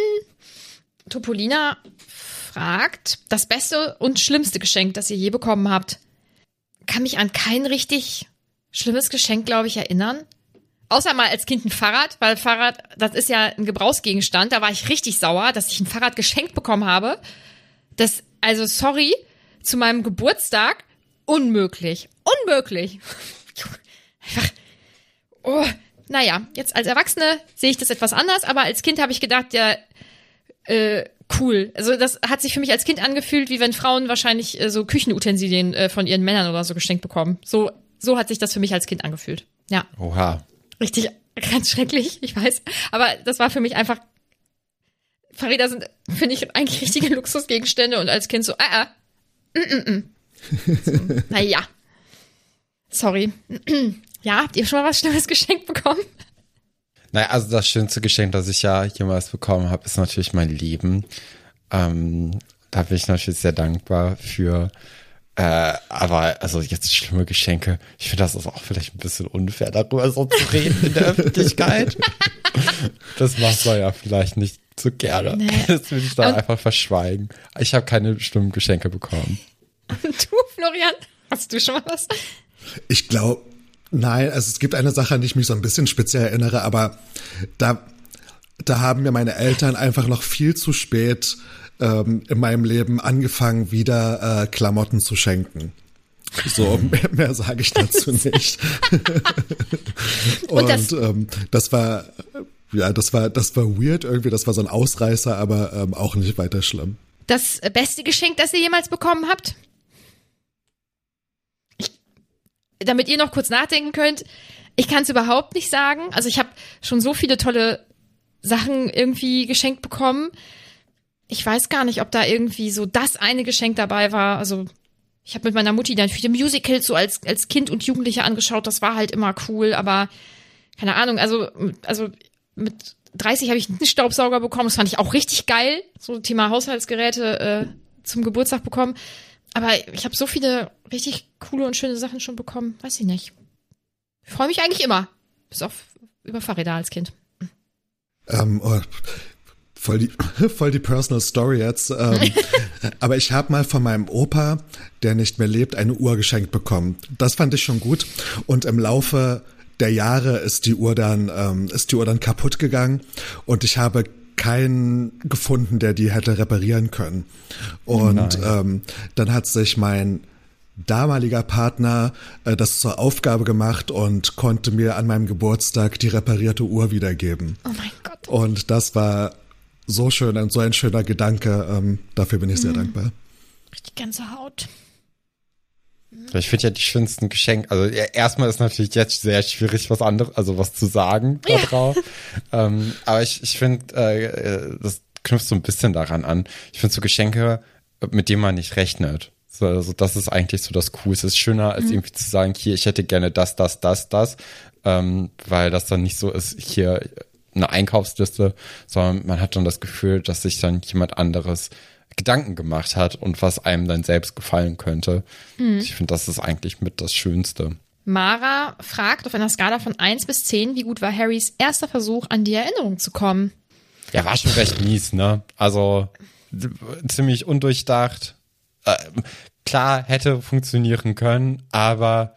Speaker 8: Topolina fragt, das beste und schlimmste Geschenk, das ihr je bekommen habt. Kann mich an kein richtig schlimmes Geschenk, glaube ich, erinnern. Außer mal als Kind ein Fahrrad, weil Fahrrad, das ist ja ein Gebrauchsgegenstand. Da war ich richtig sauer, dass ich ein Fahrrad geschenkt bekommen habe. Das, also sorry, zu meinem Geburtstag, unmöglich. Unmöglich. Einfach, oh, naja, jetzt als Erwachsene sehe ich das etwas anders, aber als Kind habe ich gedacht, ja, Äh, cool. Also das hat sich für mich als Kind angefühlt, wie wenn Frauen wahrscheinlich äh, so Küchenutensilien äh, von ihren Männern oder so geschenkt bekommen. So, so hat sich das für mich als Kind angefühlt. Ja.
Speaker 6: Oha.
Speaker 8: Richtig, ganz schrecklich, ich weiß. Aber das war für mich einfach, Fahrräder sind, finde ich, eigentlich richtige Luxusgegenstände und als Kind so, ah, ah, mm, mm, mm. So, naja. Sorry. Ja, habt ihr schon mal was Schlimmes geschenkt bekommen?
Speaker 6: Naja, also das schönste Geschenk, das ich ja jemals bekommen habe, ist natürlich mein Leben. Ähm, da bin ich natürlich sehr dankbar für. Äh, aber also jetzt schlimme Geschenke, ich finde, das ist auch vielleicht ein bisschen unfair, darüber so zu reden in der Öffentlichkeit. Das macht man ja vielleicht nicht so gerne. Nee. Das will ich dann Und einfach verschweigen. Ich habe keine schlimmen Geschenke bekommen.
Speaker 8: Und du, Florian, hast du schon mal was?
Speaker 7: Ich glaube, nein, also es gibt eine Sache, an die ich mich so ein bisschen speziell erinnere, aber da, da haben mir meine Eltern einfach noch viel zu spät ähm, in meinem Leben angefangen, wieder äh, Klamotten zu schenken. So, mehr, mehr sage ich dazu nicht. Und, Und das, ähm, das war, ja, das war, das war weird irgendwie, das war so ein Ausreißer, aber ähm, auch nicht weiter schlimm.
Speaker 8: Das beste Geschenk, das ihr jemals bekommen habt? Damit ihr noch kurz nachdenken könnt, ich kann es überhaupt nicht sagen. Also ich habe schon so viele tolle Sachen irgendwie geschenkt bekommen. Ich weiß gar nicht, ob da irgendwie so das eine Geschenk dabei war. Also ich habe mit meiner Mutti dann viele Musicals so als als Kind und Jugendliche angeschaut. Das war halt immer cool, aber keine Ahnung. Also also mit dreißig habe ich einen Staubsauger bekommen. Das fand ich auch richtig geil. So Thema Haushaltsgeräte äh, zum Geburtstag bekommen. Aber ich habe so viele richtig coole und schöne Sachen schon bekommen. Weiß ich nicht. Ich freue mich eigentlich immer. Bis auf über Fahrräder als Kind.
Speaker 7: Ähm, oh, voll die, voll die Personal Story jetzt. Ähm, aber ich habe mal von meinem Opa, der nicht mehr lebt, eine Uhr geschenkt bekommen. Das fand ich schon gut. Und im Laufe der Jahre ist die Uhr dann, ähm, ist die Uhr dann kaputt gegangen. Und ich habe keinen gefunden, der die hätte reparieren können. Und ähm, dann hat sich mein damaliger Partner äh, das zur Aufgabe gemacht und konnte mir an meinem Geburtstag die reparierte Uhr wiedergeben.
Speaker 8: Oh mein Gott.
Speaker 7: Und das war so schön und so ein schöner Gedanke. Ähm, dafür bin ich sehr mhm. dankbar.
Speaker 8: Richtig Gänsehaut.
Speaker 6: Ich finde ja die schönsten Geschenke, also ja, erstmal ist natürlich jetzt sehr schwierig, was anderes, also was zu sagen da drauf. Ja. Ähm, aber ich, ich finde, äh, das knüpft so ein bisschen daran an. Ich finde so Geschenke, mit denen man nicht rechnet. So, also das ist eigentlich so das Coolste. Es ist schöner, als mhm. irgendwie zu sagen, hier, ich hätte gerne das, das, das, das, ähm, weil das dann nicht so ist, hier eine Einkaufsliste, sondern man hat dann das Gefühl, dass sich dann jemand anderes Gedanken gemacht hat und was einem dann selbst gefallen könnte. Mhm. Ich finde, das ist eigentlich mit das Schönste.
Speaker 8: Mara fragt auf einer Skala von eins bis zehn, wie gut war Harrys erster Versuch, an die Erinnerung zu kommen?
Speaker 6: Ja, war schon recht mies, ne? Also ziemlich undurchdacht. Äh, klar, hätte funktionieren können, aber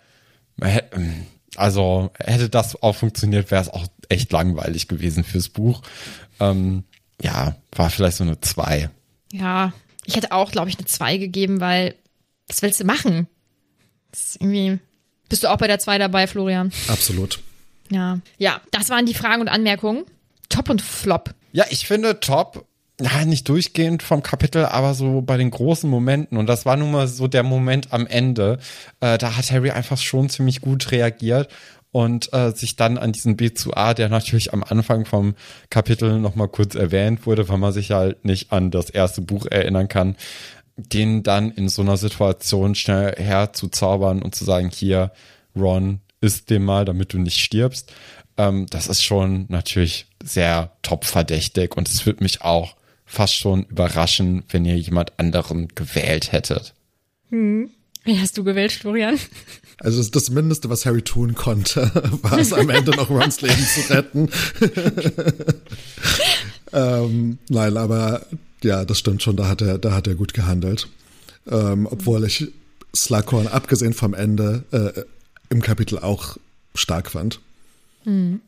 Speaker 6: also hätte das auch funktioniert, wäre es auch echt langweilig gewesen fürs Buch. Ähm, ja, war vielleicht so eine zwei.
Speaker 8: Ja, ich hätte auch, glaube ich, eine zwei gegeben, weil, was willst du machen? Das ist irgendwie, bist du auch bei der zwei dabei, Florian?
Speaker 7: Absolut.
Speaker 8: Ja, ja, das waren die Fragen und Anmerkungen. Top und Flop.
Speaker 6: Ja, ich finde Top, ja, nicht durchgehend vom Kapitel, aber so bei den großen Momenten. Und das war nun mal so der Moment am Ende. Äh, da hat Harry einfach schon ziemlich gut reagiert und äh, sich dann an diesen B zu A, der natürlich am Anfang vom Kapitel nochmal kurz erwähnt wurde, weil man sich halt nicht an das erste Buch erinnern kann, den dann in so einer Situation schnell herzuzaubern und zu sagen, hier, Ron, isst den mal, damit du nicht stirbst. Ähm, das ist schon natürlich sehr top verdächtig und es würde mich auch fast schon überraschen, wenn ihr jemand anderen gewählt hättet.
Speaker 8: Hm. Wie hast du gewählt, Florian?
Speaker 7: Also das Mindeste, was Harry tun konnte, war es am Ende noch Rons Leben zu retten. ähm, nein, aber ja, das stimmt schon, da hat er, da hat er gut gehandelt. Ähm, obwohl ich Slughorn, abgesehen vom Ende, äh, im Kapitel auch stark fand.
Speaker 8: Hm.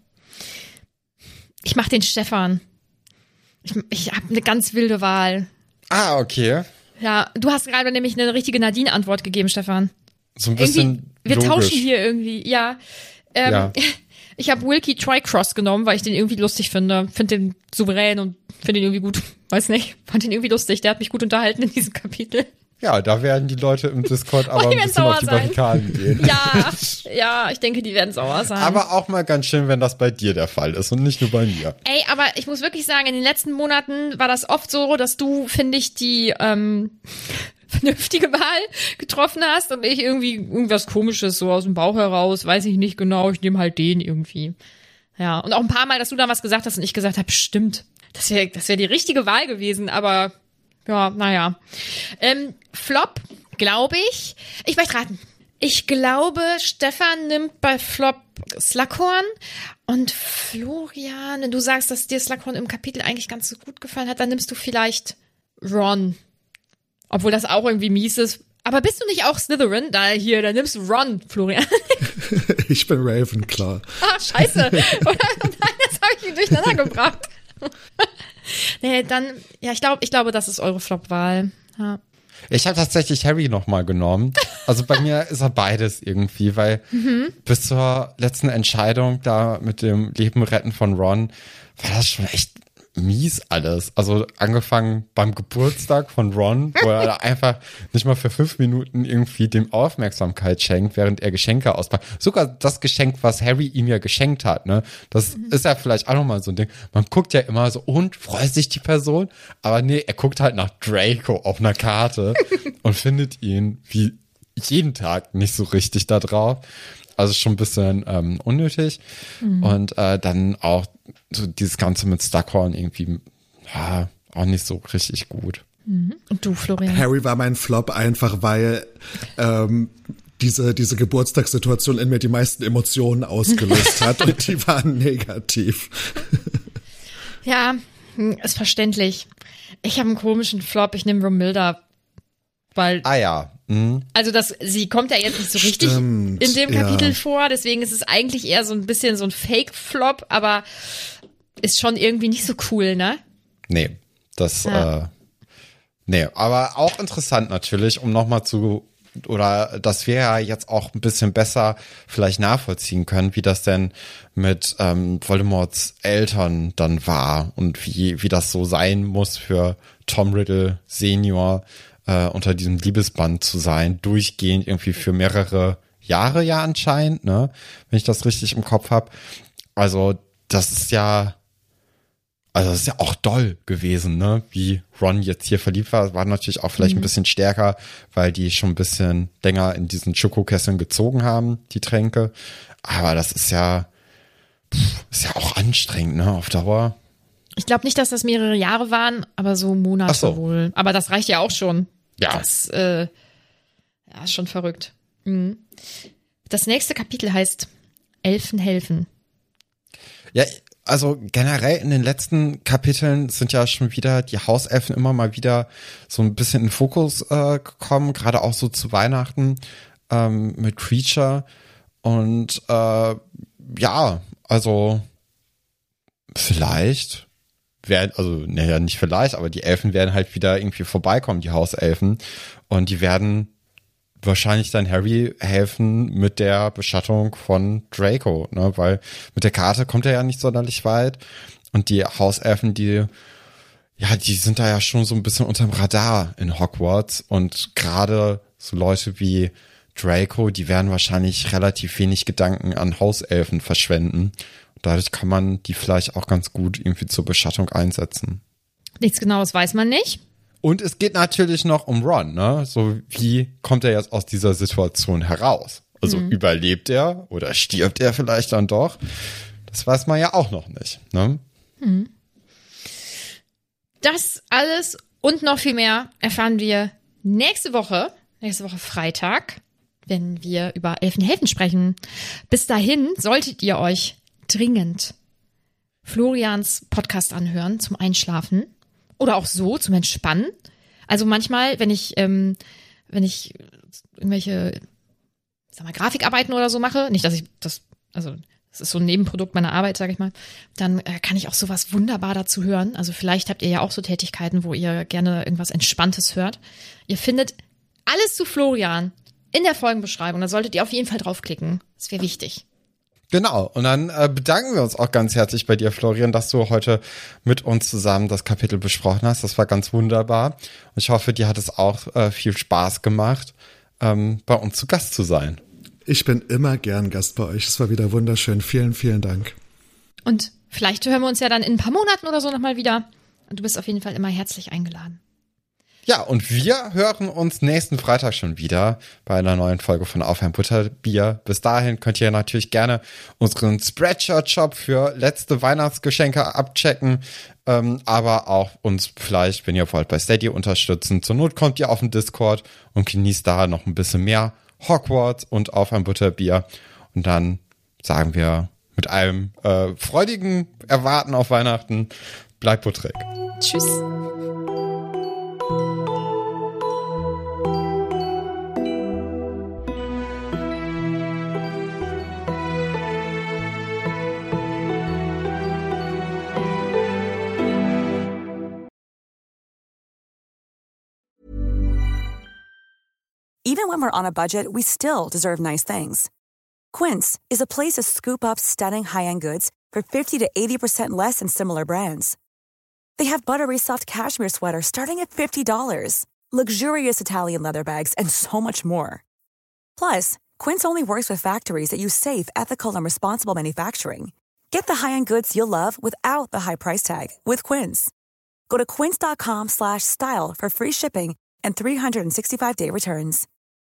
Speaker 8: Ich mach den Stefan. Ich, ich habe eine ganz wilde Wahl.
Speaker 6: Ah, okay.
Speaker 8: Ja, du hast gerade nämlich eine richtige Nadine-Antwort gegeben, Stefan.
Speaker 6: So ein bisschen
Speaker 8: irgendwie, wir
Speaker 6: logisch.
Speaker 8: tauschen hier irgendwie, ja. Ähm,
Speaker 6: ja.
Speaker 8: Ich habe Wilkie Tricross genommen, weil ich den irgendwie lustig finde. Finde den souverän und finde ihn irgendwie gut. Weiß nicht, fand ihn irgendwie lustig. Der hat mich gut unterhalten in diesem Kapitel.
Speaker 6: Ja, da werden die Leute im Discord aber
Speaker 8: oh,
Speaker 6: ein bisschen auf die Barrikaden gehen.
Speaker 8: Ja, ja, ich denke, die werden sauer sein.
Speaker 6: Aber auch mal ganz schön, wenn das bei dir der Fall ist und nicht nur bei mir.
Speaker 8: Ey, aber ich muss wirklich sagen, in den letzten Monaten war das oft so, dass du, finde ich, die ähm, vernünftige Wahl getroffen hast und ich irgendwie irgendwas Komisches so aus dem Bauch heraus, weiß ich nicht genau, ich nehme halt den irgendwie. Ja, und auch ein paar Mal, dass du da was gesagt hast und ich gesagt habe, stimmt, das wäre das wäre die richtige Wahl gewesen, aber ja, naja. Ähm, Flop, glaube ich. Ich möchte raten. Ich glaube, Stefan nimmt bei Flop Slughorn und Florian, wenn du sagst, dass dir Slughorn im Kapitel eigentlich ganz so gut gefallen hat, dann nimmst du vielleicht Ron. Obwohl das auch irgendwie mies ist. Aber bist du nicht auch Slytherin? Da hier, dann nimmst du Ron, Florian.
Speaker 7: Ich bin Ravenclaw.
Speaker 8: Ah, scheiße. Oder, nein, das habe ich durcheinander gebracht. Nee, dann, ja, ich glaube, ich glaube, das ist eure Flop-Wahl. Ja.
Speaker 6: Ich habe tatsächlich Harry nochmal genommen. Also bei mir ist er beides irgendwie, weil mhm. bis zur letzten Entscheidung da mit dem Leben retten von Ron war das schon echt mies alles. Also angefangen beim Geburtstag von Ron, wo er einfach nicht mal für fünf Minuten irgendwie dem Aufmerksamkeit schenkt, während er Geschenke auspackt. Sogar das Geschenk, was Harry ihm ja geschenkt hat, ne? Das mhm. ist ja vielleicht auch nochmal so ein Ding. Man guckt ja immer so, und freut sich die Person? Aber nee, er guckt halt nach Draco auf einer Karte und findet ihn wie jeden Tag nicht so richtig da drauf. Also schon ein bisschen ähm, unnötig. Mhm. Und äh, dann auch so dieses Ganze mit Slughorn irgendwie, ja, auch nicht so richtig gut.
Speaker 8: Mhm. Und du, Florian?
Speaker 7: Harry war mein Flop einfach, weil ähm, diese diese Geburtstagssituation in mir die meisten Emotionen ausgelöst hat und die waren negativ.
Speaker 8: Ja, ist verständlich. Ich habe einen komischen Flop, ich nehme Romilda, weil
Speaker 6: ah ja. Mhm.
Speaker 8: Also das, sie kommt ja jetzt nicht so richtig
Speaker 7: Stimmt,
Speaker 8: in dem Kapitel
Speaker 7: ja.
Speaker 8: vor, deswegen ist es eigentlich eher so ein bisschen so ein Fake-Flop, aber ist schon irgendwie nicht so cool, ne?
Speaker 6: Nee, das,
Speaker 8: ja.
Speaker 6: äh, nee, aber auch interessant natürlich, um nochmal zu, oder dass wir ja jetzt auch ein bisschen besser vielleicht nachvollziehen können, wie das denn mit ähm, Voldemorts Eltern dann war und wie, wie das so sein muss für Tom Riddle Senior, unter diesem Liebesband zu sein, durchgehend irgendwie für mehrere Jahre ja anscheinend, ne, wenn ich das richtig im Kopf habe. Also das ist ja, also das ist ja auch doll gewesen, ne, wie Ron jetzt hier verliebt war, war natürlich auch vielleicht mhm. ein bisschen stärker, weil die schon ein bisschen länger in diesen Schokokesseln gezogen haben, die Tränke. Aber das ist ja, pff, ist ja auch anstrengend, ne, auf Dauer.
Speaker 8: Ich glaube nicht, dass das mehrere Jahre waren, aber so Monate
Speaker 6: Ach so.
Speaker 8: wohl. Aber das reicht ja auch schon.
Speaker 6: Ja.
Speaker 8: Das äh, ja, ist schon verrückt. Mhm. Das nächste Kapitel heißt Elfen helfen.
Speaker 6: Ja, also generell in den letzten Kapiteln sind ja schon wieder die Hauselfen immer mal wieder so ein bisschen in den Fokus äh, gekommen, gerade auch so zu Weihnachten ähm, mit Creature. Und äh, ja, also vielleicht werden, also naja, nicht vielleicht, aber die Elfen werden halt wieder irgendwie vorbeikommen, die Hauselfen. Und die werden wahrscheinlich dann Harry helfen mit der Bestattung von Draco, ne? Weil mit der Karte kommt er ja nicht sonderlich weit. Und die Hauselfen, die ja, die sind da ja schon so ein bisschen unterm Radar in Hogwarts und gerade so Leute wie Draco, die werden wahrscheinlich relativ wenig Gedanken an Hauselfen verschwenden. Dadurch kann man die vielleicht auch ganz gut irgendwie zur Beschattung einsetzen.
Speaker 8: Nichts Genaues weiß man nicht.
Speaker 6: Und es geht natürlich noch um Ron, ne? So, wie kommt er jetzt aus dieser Situation heraus? Also mhm. überlebt er oder stirbt er vielleicht dann doch? Das weiß man ja auch noch nicht, ne? Mhm.
Speaker 8: Das alles und noch viel mehr erfahren wir nächste Woche, nächste Woche Freitag, wenn wir über Elfenhelfen sprechen. Bis dahin solltet ihr euch dringend Florians Podcast anhören zum Einschlafen oder auch so zum Entspannen. Also manchmal, wenn ich ähm, wenn ich irgendwelche, sag mal, Grafikarbeiten oder so mache, nicht, dass ich das, also das ist so ein Nebenprodukt meiner Arbeit, sage ich mal, dann äh, kann ich auch sowas wunderbar dazu hören. Also vielleicht habt ihr ja auch so Tätigkeiten, wo ihr gerne irgendwas Entspanntes hört. Ihr findet alles zu Florian in der Folgenbeschreibung. Da solltet ihr auf jeden Fall draufklicken. Das wäre wichtig.
Speaker 6: Genau. Und dann äh, bedanken wir uns auch ganz herzlich bei dir, Florian, dass du heute mit uns zusammen das Kapitel besprochen hast. Das war ganz wunderbar. Und ich hoffe, dir hat es auch äh, viel Spaß gemacht, ähm, bei uns zu Gast zu sein.
Speaker 7: Ich bin immer gern Gast bei euch. Es war wieder wunderschön. Vielen, vielen Dank.
Speaker 8: Und vielleicht hören wir uns ja dann in ein paar Monaten oder so nochmal wieder. Und du bist auf jeden Fall immer herzlich eingeladen.
Speaker 6: Ja, und wir hören uns nächsten Freitag schon wieder bei einer neuen Folge von Auf ein Butterbier. Bis dahin könnt ihr natürlich gerne unseren Spreadshirt-Shop für letzte Weihnachtsgeschenke abchecken, ähm, aber auch uns vielleicht, wenn ihr wollt, bei Steady unterstützen. Zur Not kommt ihr auf den Discord und genießt da noch ein bisschen mehr Hogwarts und Auf ein Butterbier. Und dann sagen wir mit einem äh, freudigen Erwarten auf Weihnachten, bleibt butterig.
Speaker 8: Tschüss.
Speaker 9: Even when we're on a budget, we still deserve nice things. Quince is a place to scoop up stunning high-end goods for fifty to eighty percent less than similar brands. They have buttery soft cashmere sweaters starting at fifty dollars, luxurious Italian leather bags, and so much more. Plus, Quince only works with factories that use safe, ethical, and responsible manufacturing. Get the high-end goods you'll love without the high price tag with Quince. Go to quince.com slash style for free shipping and three sixty-five day returns.